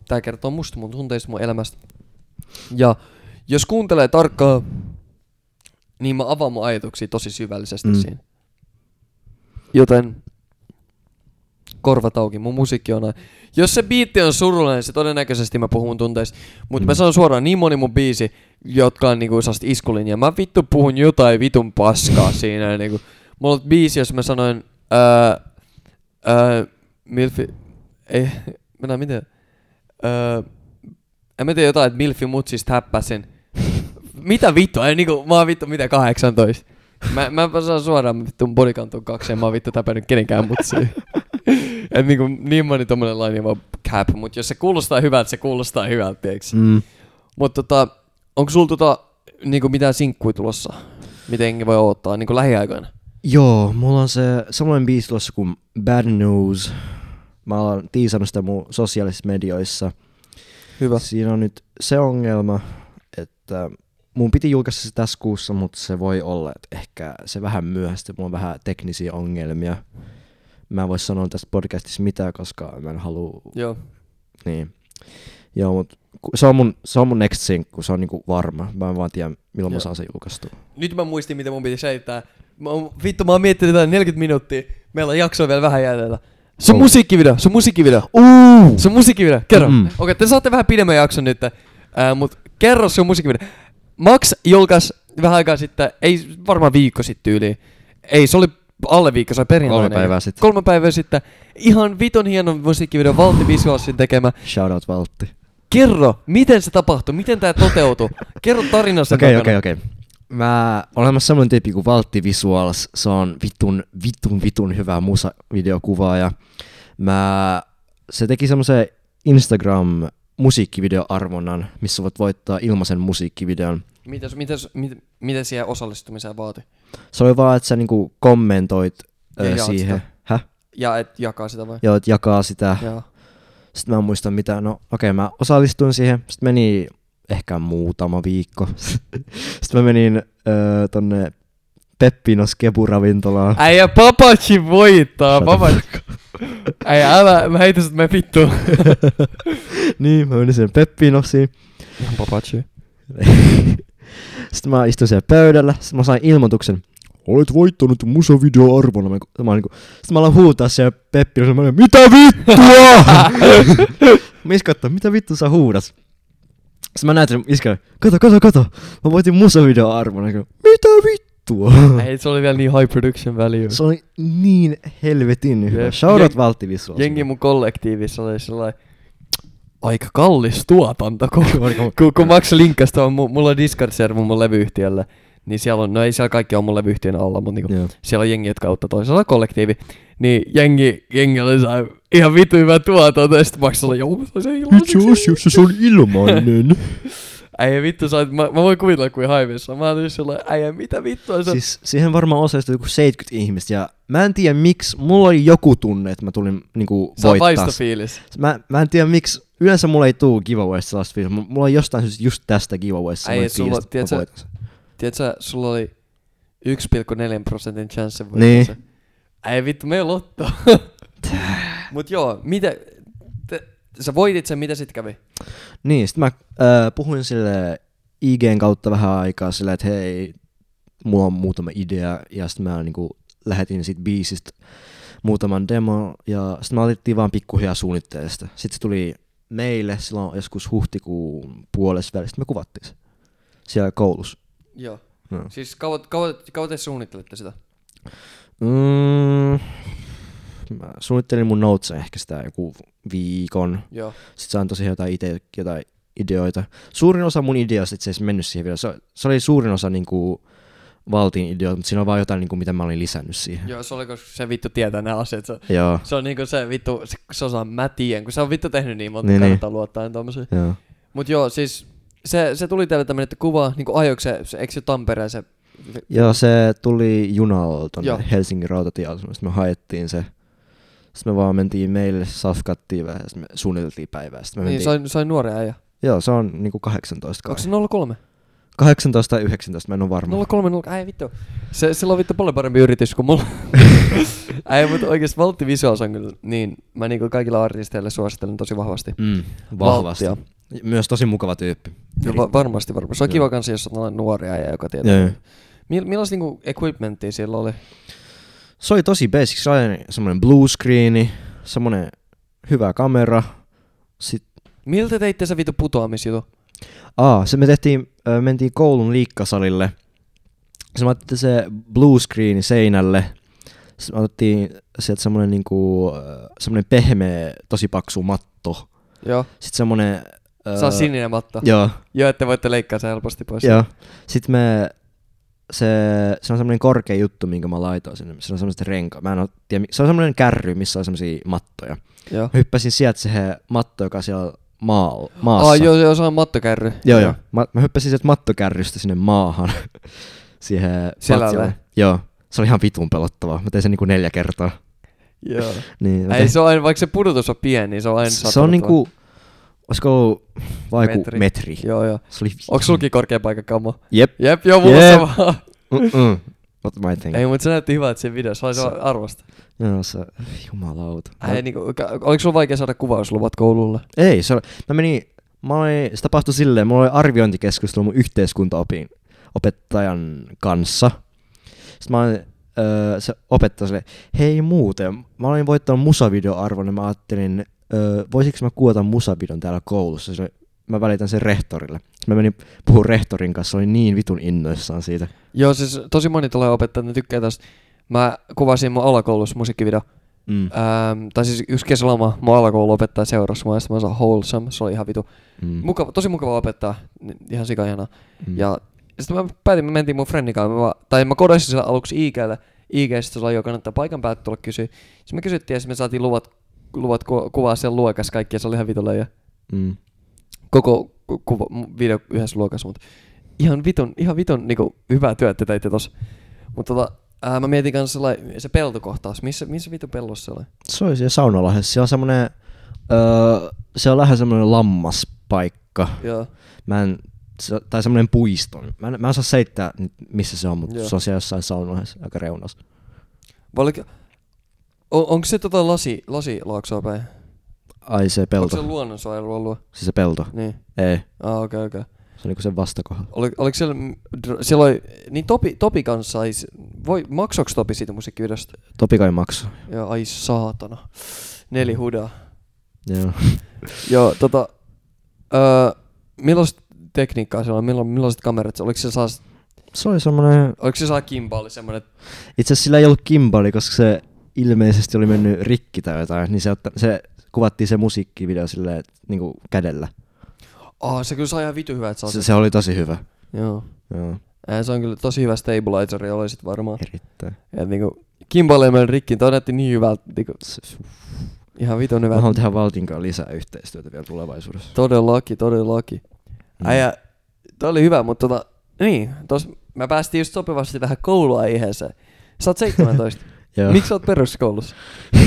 tää kertoo musta mun tunteista, mun elämästä. Ja jos kuuntelee tarkkaan, niin mä avaan mun ajatuksia tosi syvällisesti siinä. Joten korvat auki, mun musiikki on jos se biitti on surullinen, se todennäköisesti mä puhun mun tunteista. Mutta mä sanon suoraan, niin moni mun biisi, jotka on niinku sellaista iskulinjaa. Mä vittu puhun jotain vitun paskaa siinä. Niinku. Mulla on biisi, jos mä sanoin Milfi... Ei, mennään miten? En mä tiedä jotain, että Milfi mutsista häppäsin. Mitä vittu? Ei niinku, mä oon vittu mitä 18. Mä sanon suoraan, vittu mun bodycount on 2 ja mä oon vittu täpännyt kenenkään mutsia. Et niinku niin moni tommonen laini vaan cap, mut jos se kuulostaa hyvältä, se kuulostaa hyvältä, tiiäks? Mut onko sulla niinku mitään sinkkui tulossa? Miten jengi voi odottaa niinku lähiaikoina? Joo, mulla on se samoin biisi tulossa kuin Bad News. Mä oon tiisannut sitä mun sosiaalisissa medioissa. Hyvä. Siinä on nyt se ongelma, että mun piti julkaista se tässä kuussa, mutta se voi olla, että ehkä se vähän myöhästi. Mulla on vähän teknisiä ongelmia. Mä en voi sanoa tästä podcastissa mitään, koska mä en halua... Joo. Niin. Joo, mutta se on mun next sinkku, se on niinku varma. Mä en vaan tiedä, milloin mä saan sen julkaistua. Nyt mä muistin, mitä mun piti selittää. Vittu, mä oon miettinyt jotain 40 minuuttia. Meillä on jaksoa vielä vähän jäljellä. Se on musiikkivideo, se on musiikkivideo. Se on musiikkivideo, kerro. Okei, te saatte vähän pidemmän jakson nyt, mut kerro se on musiikkivideo. Max julkaisi vähän aikaa sitten, ei varmaan viikko sitten tyyliin. Ei, se oli alle viikko, se oli perjantaina. 3 päivää sitten. 3 päivää sitten. Ihan viton hieno musiikkivideo, Valtti Visualsin tekemä. Shoutout Valtti. Kerro, miten se tapahtui, miten tää toteutui. Kerro tarina sen Okei. Mä olen olemassa semmoinen tyyppi kuin Valtti Visuals. Se on vitun hyvä musavideokuvaaja. Se teki semmoisen Instagram musiikkivideoarvonnan, missä voit voittaa ilmaisen musiikkivideon. Miten siihen osallistumiseen vaati? Se oli vaan, että sä niinku kommentoit siihen. Sitä. Ja et jakaa sitä vai? Joo, et jakaa sitä. Joo. Sitten mä en muista mitä. Mä osallistuin siihen. Sitten meni ehkä muutama viikko. Sitten mä menin tonne Peppinos Kebu-ravintolaan. Äijä Papachi voittaa. Äijä mä heitän sut mä vittuun. Niin, mä menin sen Peppinosiin. Ihan Papachi. Sitten mä istuin siellä pöydällä. Sitten mä sain ilmoituksen. Olet voittanut musavideoarvona. Sitten mä alan huutaa siellä Peppinosilla. Mä olin, mitä vittua? Mä iskattaa, mitä vittua sä huudas? Sitten mä näytin iskälle, kato. Mä voitin musavideoarvona. Mitä vittua? Ei, se oli vielä niin high production value. Se oli niin helvetin hyvä. Shoutout Valtti Visuals. Jengi mun kollektiivissa oli sellainen aika kallis tuotanto, kun Max linkkasi tuohon, mulla on Discord-server mun levyyhtiölle, niin siellä on, no ei siellä kaikki on mun levyyhtiön alla, mutta niinku, siellä on jengi, jotka auttaa toisella kollektiivi, niin jengi oli ihan vitu hyvä tuotanto, ja sitten Max oli, joo, se on ilmaiseksi. Se on ilmainen. Äijä vittu, mä voin kuvitella kuin haivissa. Mä olin sellainen, äijä mitä vittua se on. Siis siihen varmaan osallistui joku 70 ihmistä ja mä en tiedä miksi, mulla oli joku tunne, että mä tulin niinku voittaa. Se on vaistofiilis. Mä en tiedä miksi, yleensä mulla ei tuu giveawaysta sellaista fiilis. Mulla on jostain syystä just tästä giveawaysta sellainen fiilis, että mä voitan. Tiedätkö, sulla oli 1,4% chance voittaa niin. Se. Äijä vittu, me ei lottoa. Mut joo, sä voitit sen, mitä sit kävi? Niin, sit mä puhuin sille IGn kautta vähän aikaa sille, että hei, mulla on muutama idea, ja sit mä niinku lähetin sit biisistä muutaman demo, ja sit mä aloitettiin vaan pikkuhiljaa suunnitteesta. Sit se tuli meille silloin joskus huhtikuun puolesvälissä, me kuvattiin se siellä koulussa. Joo. No. Siis kauan te suunnittelette sitä? Mä suunnittelin mun notesen ehkä sitä joku viikon. Joo. Sitten sain tosiaan jotain ideoita. Suurin osa mun ideoista itse asiassa mennyt siihen vielä. Se oli suurin osa niinku Valtin ideoita, mutta siinä on vaan jotain niinku, mitä mä olin lisännyt siihen. Joo, se oli, koska se vittu tietää nämä asiat. Joo. Se on niinku se vittu, se osaa mä tiedän, kun se on vittu tehnyt niin monta kannattaa luottaa tommosia. Joo. Mut joo, siis se tuli teille tämmönen, että kuva, niinku ajoiko se eikö se Tampereen se? Joo, se tuli junalla tonne Helsingin rautatieasemaan, sitten me haettiin se. Sitten me vaan mentiin meille, safkattiin vähän, sitten me suunniteltiin päivää. Niin, sain nuoria äijä. Joo, se on niinku 18 kai. Onko se 03? 18 tai 19, mä en oo varma. 03, ei vittu. Sillä on vittu paljon parempi yritys kuin mulla. Ei, mutta oikeesti Valtti Visuals on kyllä niin, mä niinku kaikilla artisteille suosittelen tosi vahvasti. Vahvasti. Valttia. Myös tosi mukava tyyppi. Varmasti. Se on kiva kanssa, jos on nuoria ja joka tietää. Millaista niinku equipmenttia siellä oli? Se oli tosi basic. Se oli semmonen blue screeni, semmonen hyvä kamera. Miltä teitte se vitu putoamisjutu? Se me mentiin koulun liikkasalille. Se me otettiin se blue screeni seinälle. Sitten me otettiin sieltä semmonen niinku, semmonen pehmeä, tosi paksu matto. Joo. Sitten semmonen... Se on sininen matto. Joo. Joo, että voitte leikkaa se helposti pois. Joo. Sitten se on semmonen korkea juttu, minkä mä laitoin sinne. Se on semmoiset renkaat. Se on semmonen kärry, missä on semmosia mattoja. Joo. Mä hyppäsin sieltä siihen matto, joka siellä maassa. Joo, se on mattokärry. Joo. Mä hyppäsin sieltä mattokärrystä sinne maahan. siihen patjalle. Joo. Se oli ihan vitun pelottavaa. Mä tein sen niinku 4 kertaa. Joo. Niin, se on aina, vaikka se pudotus on pieni, niin se on aina se on niinku... Olisiko ollut metri? Joo. Se oli onko sulki korkea paikka kammo? Jep, joo, mulla sama. What my thing? Ei, mutta se näytti hyvältä siinä videossa, se arvosta. Joo, se jumalauta. Oliko sulla vaikea saada kuvausluvat koululle? Ei, se se tapahtui silleen, mulla oli arviointikeskustelu mun yhteiskuntaopettajan kanssa. Sitten mä olin, se opettaja silleen, hei muuten, mä olin voittanut musavideoarvon ja mä ajattelin, voisiko mä kuvata musavideon täällä koulussa? Mä välitän sen rehtorille. Mä menin puhun rehtorin kanssa, oli niin vitun innoissaan siitä. Joo, siis tosi moni tulee opettajat, ne tykkää tästä. Mä kuvasin mun alakoulussa musiikkivideo. Tai siis yksi kesäloma mun alakouluopettaja seurasi mua, ja mä sanoin Wholesome, se oli ihan vitu. Tosi mukava opettaa, ihan sikaihanaa. Ja sitten mä päätin, me mentiin mun friendin kanssa, mä kodoisin sillä aluksi IG:stä se oli jo kannattaa paikan päältä tulla kysyä. Sitten me kysyttiin ja sitten me saatiin luvat kuvaa siellä luokassa kaikki ja se oli ihan vitulla ja koko video yhdessä luokassa, mutta ihan vitun niinku hyvää työtä teitte tossa. Mutta mä mietin kanssa se peltokohtaus, missä vitun pellossa se oli? Se oli siellä Saunalahdessa, se on semmonen, se on lähes semmonen lammaspaikka. Joo. Tai semmonen puisto. Mä en osaa selittää missä se on, mutta se on siellä jossain Saunalahdessa aika reunassa. Onko se lasilaaksoa päin? Ai se pelto. Onko se luonnonsuojelualue? Siis se pelto? Niin. Ei. Okei. Se on niinku sen vastakohdalla. Oliko siellä oli, niin Topi kanssa sais, maksoiko Topi siitä musiikkivideosta? Topi kai maksoi. Joo, ai saatana. 4 hudaa. Joo. Joo, millaista tekniikkaa siellä on, millaiset kamerat, oliko se se oli semmonen... Oliko se gimbali semmonen? Itse asiassa sillä ei ollut gimbali, koska se ilmeisesti oli mennyt rikki tai jotain, niin se kuvattiin se musiikkivideo silleen niinku kädellä. Se kyllä sai ihan vitu hyvä, että se oli tosi hyvä. Joo. Se on kyllä tosi hyvä stabilizeri, oli sit varmaan. Erittäin. Ja niinku gimbali meni rikki, toi näytti niin hyvältä. Niinku, ihan vitun hyvältä. Mä haluan tehdä Valtin kanssa lisää yhteistyötä vielä tulevaisuudessa. Todellakin. Toi oli hyvä, mutta niin, mä päästiin just sopivasti tähän kouluaiheeseen. Sä oot 17. Miksi sä oot peruskoulussa?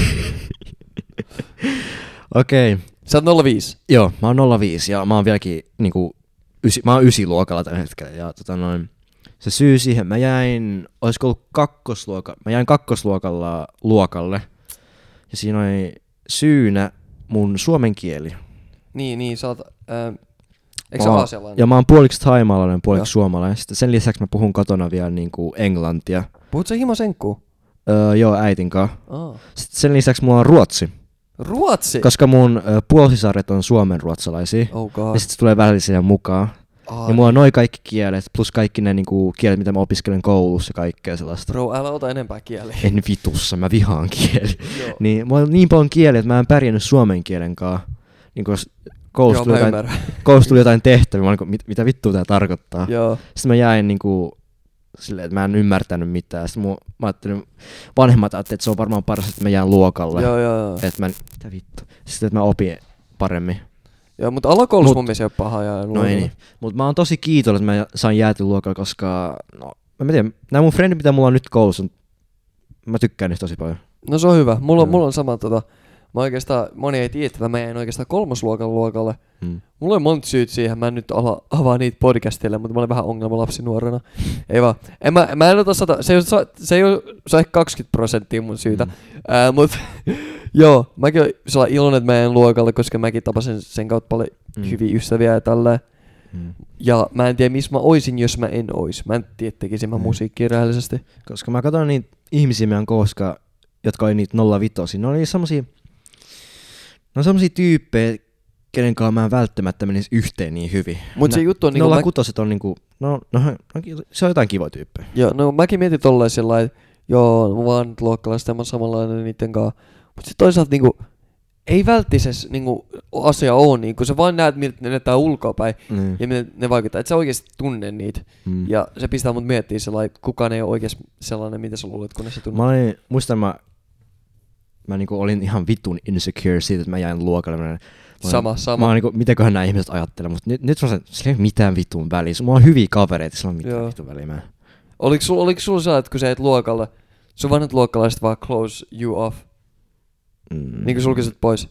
Okei. Sä oot 05. Joo, mä oon 05 ja mä oon vieläkin niinku mä oon 9-luokalla tällä hetkellä ja se syy siihen, olisiko ollut mä jäin kakkosluokalla luokalle ja siinä oli syynä mun suomen kieli. Niin, sä oot, eikö sä aasialainen? Ja mä oon puoliksi thaimaalainen, puoliksi suomalainen. Sitten sen lisäksi mä puhun kotona vielä niinku englantia. Puhut sä himosenkkuu? Joo, äitin kanssa. Sitten sen lisäksi mulla on ruotsi. Ruotsi? Koska mun puolisisaret on suomenruotsalaisia. Oh God. Ja sit se tulee välillä siihen mukaan. Ja mulla on noi kaikki kielet, plus kaikki ne niinku kielet, mitä mä opiskelen koulussa ja kaikkea sellaista. Bro, älä ota enempää kieliä. En vitussa, mä vihaan kieli. Niin, mulla on niin paljon kieliä, että mä en pärjännyt suomen kielen kanssa. Niin koulussa tuli jotain tehtäviä, mä olin, mitä vittua tää tarkoittaa. Joo. Sitten mä jäin niinku silleen, että mä en ymmärtänyt mitään. Sitten mä ajattelin, vanhemmat ajattelin, että se on varmaan paras, että mä jään luokalle. Joo. Että mitä vittu. Sitten että mä opin paremmin. Joo, mutta alakoulussa mun mielestä ei ole paha jäädä luokalle. No ei. Mutta mä oon tosi kiitollinen, että mä sain jääty luokalle, koska mä tiedän, nämä mun frendit, mitä mulla on nyt koulussa, mä tykkään niistä tosi paljon. No se on hyvä. Mulla on sama Moni ei tiedä, että mä jäin oikeastaan luokalle. Mulla on monta syyt siihen, mä en nyt avaa niitä podcastille, mutta mä olin vähän ongelmalapsi nuorena. Ei vaan. Mä en ota se ei ole ehkä 20% mun syytä. Mut joo, mäkin olen sellainen iloinen, että mä jäin luokalle, koska mäkin tapasin sen kautta paljon hyviä ystäviä ja tälleen. Ja mä en tiedä, missä mä oisin, jos mä en ois. Mä en tiedä, tekisin mä musiikkia rehellisesti. Koska mä katson niitä ihmisiä meidän koska, jotka oli niitä 05. Ne oli semmosia tyyppejä, kenen kanssa mä en välttämättä menisi yhteen niin hyvin. Mut se juttu on niinku... 06 on niinku, se on jotain kivoja tyyppejä. Joo, no mäkin mietin tolleen sillä että joo, mä vaan nyt luokkalaista ja mä samanlainen niitten kanssa. Mut sit toisaalta niinku, ei välttisessä niinku asia oo niinku, sä vaan näet miltä ne näyttää ulkoapäin ja miten ne vaikuttaa, et sä oikeesti tunne niitä. Ja se pistää mut miettiä sellainen, että kukaan ei oo oikeesti sellainen, mitä sä luulet, kun ne sä tunnet. Muistan mä niinku olin ihan vitun insecure siitä, että mä jäin luokalle. Sama. Mä oon niinku, mitäköhän nää ihmiset ajattelee, mutta nyt sillä ei ole mitään vitun väliä. Mulla on hyviä kavereita, sillä on mitään vitun väliä. Oliko sulla se, että kun sä et luokalle, sun vanhat luokkalaiset vaan close you off? Niin kuin sulkiset pois?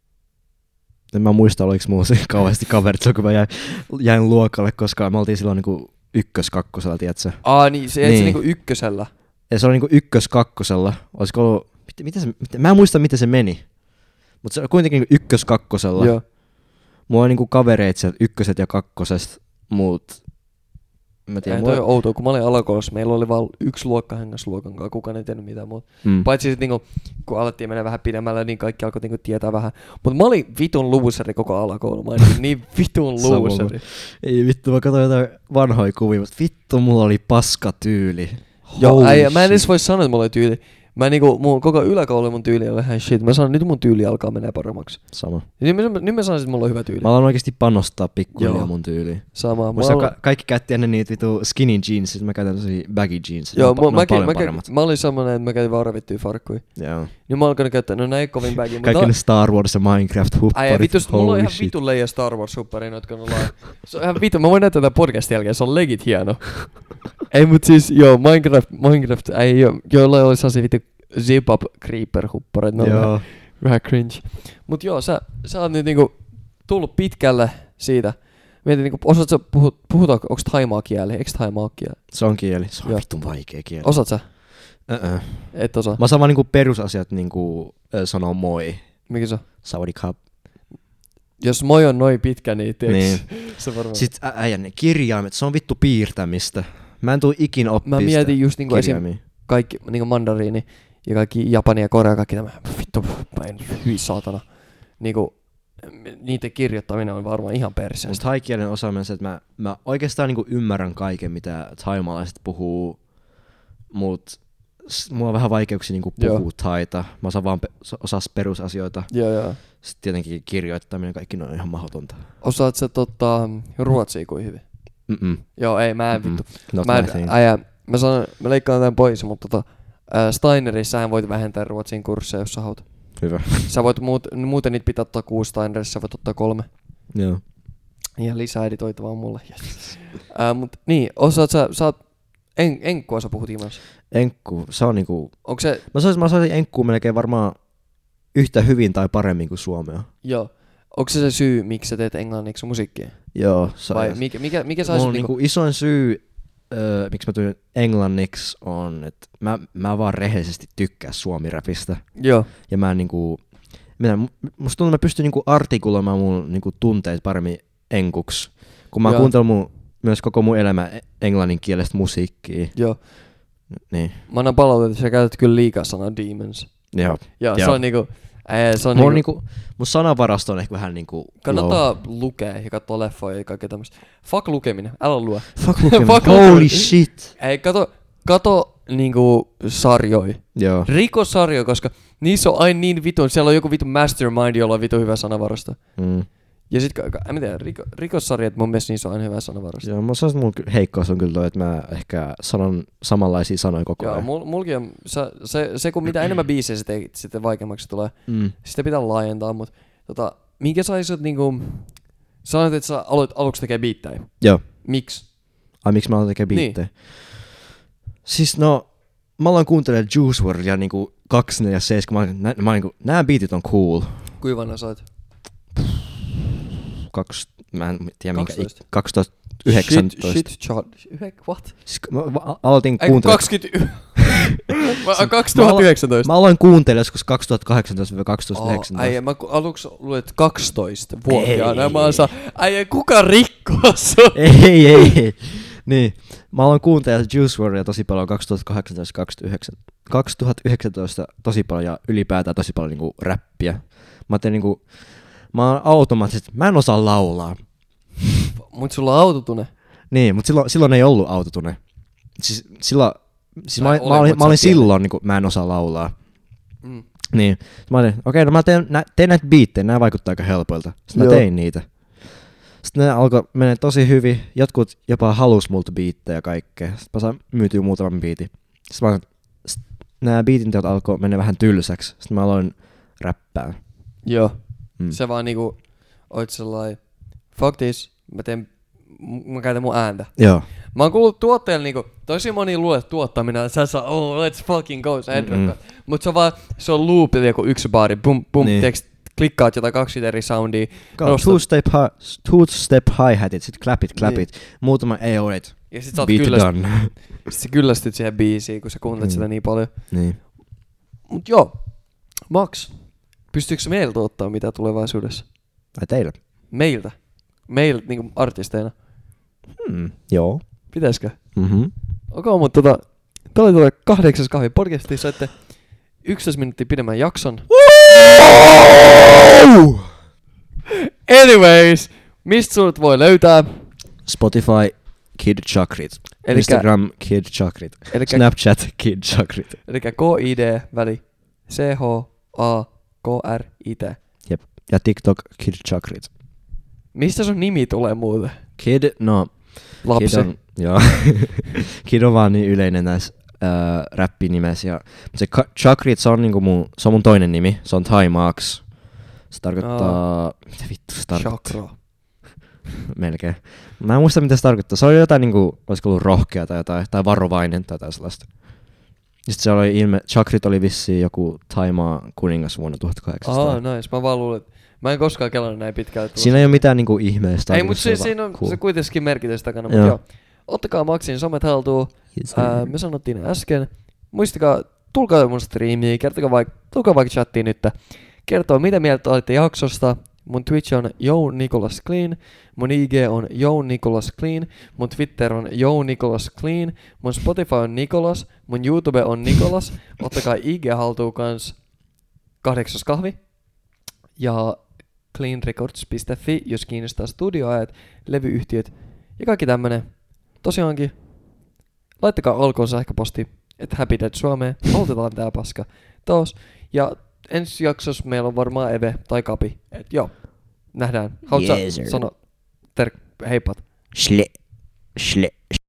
En mä muista, oliko mulla se kauheasti kaverit, kun mä jäin luokalle, koska me oltiin silloin niinku ykkös-kakkosella, tiiätsä? Niin, se niinku ykkösellä? Ja se oli niinku ykkös-kakkosella. Olisiko ollut, mä en muista, miten se meni. Mutta se on kuitenkin niinku ykkös-kakkosella. Joo. Mulla on niinku kavereita sieltä ykköset ja kakkosesta, mut... Ei toi on outoa, kun mä olin alakoulussa, meillä oli vaan yksi luokka hengäs luokan kanssa, kukaan ei tiennyt mitään muuta. Paitsi sit niinku, kun alettiin mennä vähän pidemmälle, niin kaikki alkoi niinku tietää vähän. Mut mä olin vitun looseri koko alakoulu, mä olin niin vitun looseri. Ei vittu, mä katsoin jotain vanhoja kuvia, mutta vittu mulla oli paska tyyli. Joo, mä en edes voi sanoa, että mulla oli tyyli. Mä niinku, mun koko yläkoulu mun tyyli oli ihan shit. Mä sanon, nyt mun tyyli alkaa menee paremmaksi. Sama. Nyt mä sanoisin, että mulla on hyvä tyyli. Mä aloin oikeesti panostaa pikkuhiljaa mun tyyliin. Sama. Kaikki käytti ennen niitä vitu skinny jeans, sit mä käytän tosi baggy jeans. Joo, mä olin semmonen, että mä käytin vaan revittyä farkkuja. Joo. Nyt mä alkanut käyttää, no näin kovin baggy. Kaikki ne Star Wars ja Minecraft hupparit. Vittu, mulla on ihan vitun leija Star Wars huppareina, jotka on lailla. Se on ihan vittu, mä voin näyttää tätä podcastin jälkeen, se on legit hieno. Ei mut siis, joo, Minecraft, joilla oli sellaisia vittu zip-up creeper-huppareita, ne on vähän cringe. Mut joo, sä oot nyt niinku tullut pitkälle siitä. Mietin niinku, osaat sä puhutaanko, onks thaimaa kieli? Eiks thaimaa kieli? Se on kieli, se on vitun vaikea kieli. Osaat sä? Et osaa. Mä osaan vaan niinku perusasiat niinku sanoa moi. Mikä se on? Sawadikap. Jos moi on noin pitkä, niin niin. Se varmaan. Sitten äijän kirjaimet, se on vittu piirtämistä. Mä en tuu ikin oppia. Mä mietin just niinku esim. Kaikki niinku mandariini ja kaikki Japani ja Korea, kaikki tämä vittu, hyi saatana. Niinku niiden kirjoittaminen on varmaan ihan perseestä. Musta thai-kielen osaaminen se, että mä oikeastaan niinku ymmärrän kaiken, mitä thaimalaiset puhuu, mut mulla on vähän vaikeuksia niinku puhua thaita. Mä osaan vaan osas perusasioita. Joo. Sitten tietenkin kirjoittaminen, kaikki on ihan mahdotonta. Osaat sä ruotsia kuin hyvin? Joo, ei, mä en vittu. Mä leikkaan tämän pois, mutta Steinerissa sähän voit vähentää ruotsin kursseja, jos sä haluat. Hyvä. Sä voit muuten niitä pitää ottaa 6 Steinerissa, sä voit ottaa 3. Joo. Ja lisää editoitavaa mulle. Mut niin, osaat sä oot enkkua sä puhut imassa. Enkku, se on niinku... Onko se... Mä saisin enkkua melkein varmaan yhtä hyvin tai paremmin kuin suomea. Joo. Onko se syy, miksi sä teet englanniksi musiikkia? Joo. Vai mikä saisit niinku isoin syy, miksi mä tulin englanniksi on, että mä vaan rehellisesti tykkään suomi-räpistä. Joo. Ja mä niinku... Musta tuntuu, että mä pystyn niinku artikuloimaan mun niinku tunteet paremmin enkuksi. Kun mä oon kuunnellut myös koko mun elämä englanninkielistä musiikkia. Joo. Niin. Mä annan palautetta, että sä käytät kyllä liikaa sanaa demons. Joo. Se on niinku... Mun sanavarasto on ehkä vähän niinku... Kannattaa lukea ja katsoa leffoja ja kaikkea tämmöstä. Fuck lukeminen, älä lue. Fuck lukeminen, holy shit. Ei, kato niinku sarjoja. Joo. Rikossarjoja, koska niissä on aina niin vitun, siellä on joku vitun mastermind, jolla on vitun hyvä sanavarasto. Ja sit, en tiedä, rikossarjat mun mielestä niissä on aina hyvä sanavarasto. Joo, mun heikkous on kyllä toi, että mä ehkä sanon samanlaisia sanoja koko ajan. Joo, mulki on, se kun mitä enemmän biisejä sä teet, sitten vaikeammaksi tulee. Sitä pitää laajentaa, mut minkä saisit niinku, sanoit, että sä aloit aluksi tekee biittejä. Joo. Miksi? Ai miksi mä aloin tekee biittejä? Niin. Siis no, mä aloin kuuntelemaan Juice WRLDia niinku 2007, kun mä niinku, nää beatit on cool. Kuinka vanha sä oot? Mä en tiedä minkä 12. 2019. What? Siis mä aloitin kuuntelemaan. 2019. Mä aloin kuuntelemaan joskus 2018-2019. Äijä, mä aluksi luulet 12-vuotiaana. Mä oon äijä, kuka rikkoo sut? Ei. Niin. Mä aloin kuuntelemaan Juice WRLDia tosi paljon 2019 tosi paljon ja ylipäätään tosi paljon niinku räppiä. Mä oon automaattisesti, mä en osaa laulaa. Mut sulla on autotune. Niin, mut silloin ei ollut autotune. Siis mä olin silloin niinku, mä en osaa laulaa. Mm. Niin. Mä olin, okei, no mä teen näitä biittejä, nää vaikuttaa aika helpoilta. Sitten mä tein niitä. Sitten ne alkoi mennä tosi hyvin. Jotkut jopa halus multa biittejä ja kaikkea. Sitten mä sain myytyä muutaman biitin. Sitten nää biitin teot alkoi mennä vähän tylsäksi. Sitten mä aloin räppää. Joo. Se vaan niinku, oot sellainen, fuck this, mä käytän mun ääntä. Joo. Mä oon kuullut tuotteella niinku, tosi moni luulee, että tuottaminen, että sä saa, let's fucking go, sä mut se on loopilla joku yksi baari, bum, niin. Klikkaat jotain 2 eri soundia. Two-step hi-hatit, sit clap it. Niin. Muutama EO-it. Ja sit sä oot sit kyllästyt siihen biisiin, kun sä kuuntelet sitä niin paljon. Niin. Mut joo, Max, pystyykö meiltä ottaa mitä tulevaisuudessa? Ai teillä? Meiltä niinku artisteina. Joo. Pitäisikö? Mhm. Okei, mutta tää oli 8. kahvi podcasti, saitte 11 minuuttia pidemmän jakson. Anyways, mistä sut voi löytää? Spotify Kid Chakrit. Instagram Kid Chakrit. Snapchat Kid Chakrit. Elikkä KID väli CHAKRIT. Jep. Ja TikTok Kid Chakrit. Mistä sun nimi tulee muuten? Kid, no. Lapsi. Kid on vaan niin yleinen näissä räppinimessä. Ja se Chakrit, se on mun toinen nimi. Se on Thai Max. Se tarkoittaa... Mitä vittu se tarkoittaa? Chakra. Melkein. Mä en muista mitä se tarkoittaa. Se oli jotain niinku, olisiko ollut rohkea tai jotain, tai varovainen tai jotain sellaista. Ja sit se oli Chakrit oli vissiin joku Thaimaan kuningas vuonna 1800. Nice. Mä vaan luulen, mä en koskaan kelannut näin pitkään. Siinä ei oo mitään niinku ihmeellistä. Ei, mutta siinä on se kuitenkin merkitys takana. Mutta joo, ottakaa Maxin somet haltuun. Me sanottiin äsken. Muistakaa, tulkaa mun striimiin, tulkaa vaikka chattiin nyt. Kertoo mitä mieltä olette jaksosta. Mun Twitch on JoNicolasClean, mun IG on JoNicolasClean, mun Twitter on JoNicolasClean, mun Spotify on Nicolas, mun YouTube on Nicolas. Ottakaa IG haltuun kans 8. kahvi. Ja cleanrecords.fi, jos kiinnostaa studioajat, levyyhtiöt ja kaikki tämmönen. Tosiaankin, laittakaa alkoon sähköposti, että Happy Dead Suomeen, aloitetaan tää paska tos. Ja ensi jaksossa meillä on varmaan Eve tai Kapi. Et joo, nähdään. Haluatko sano heipat? Shle.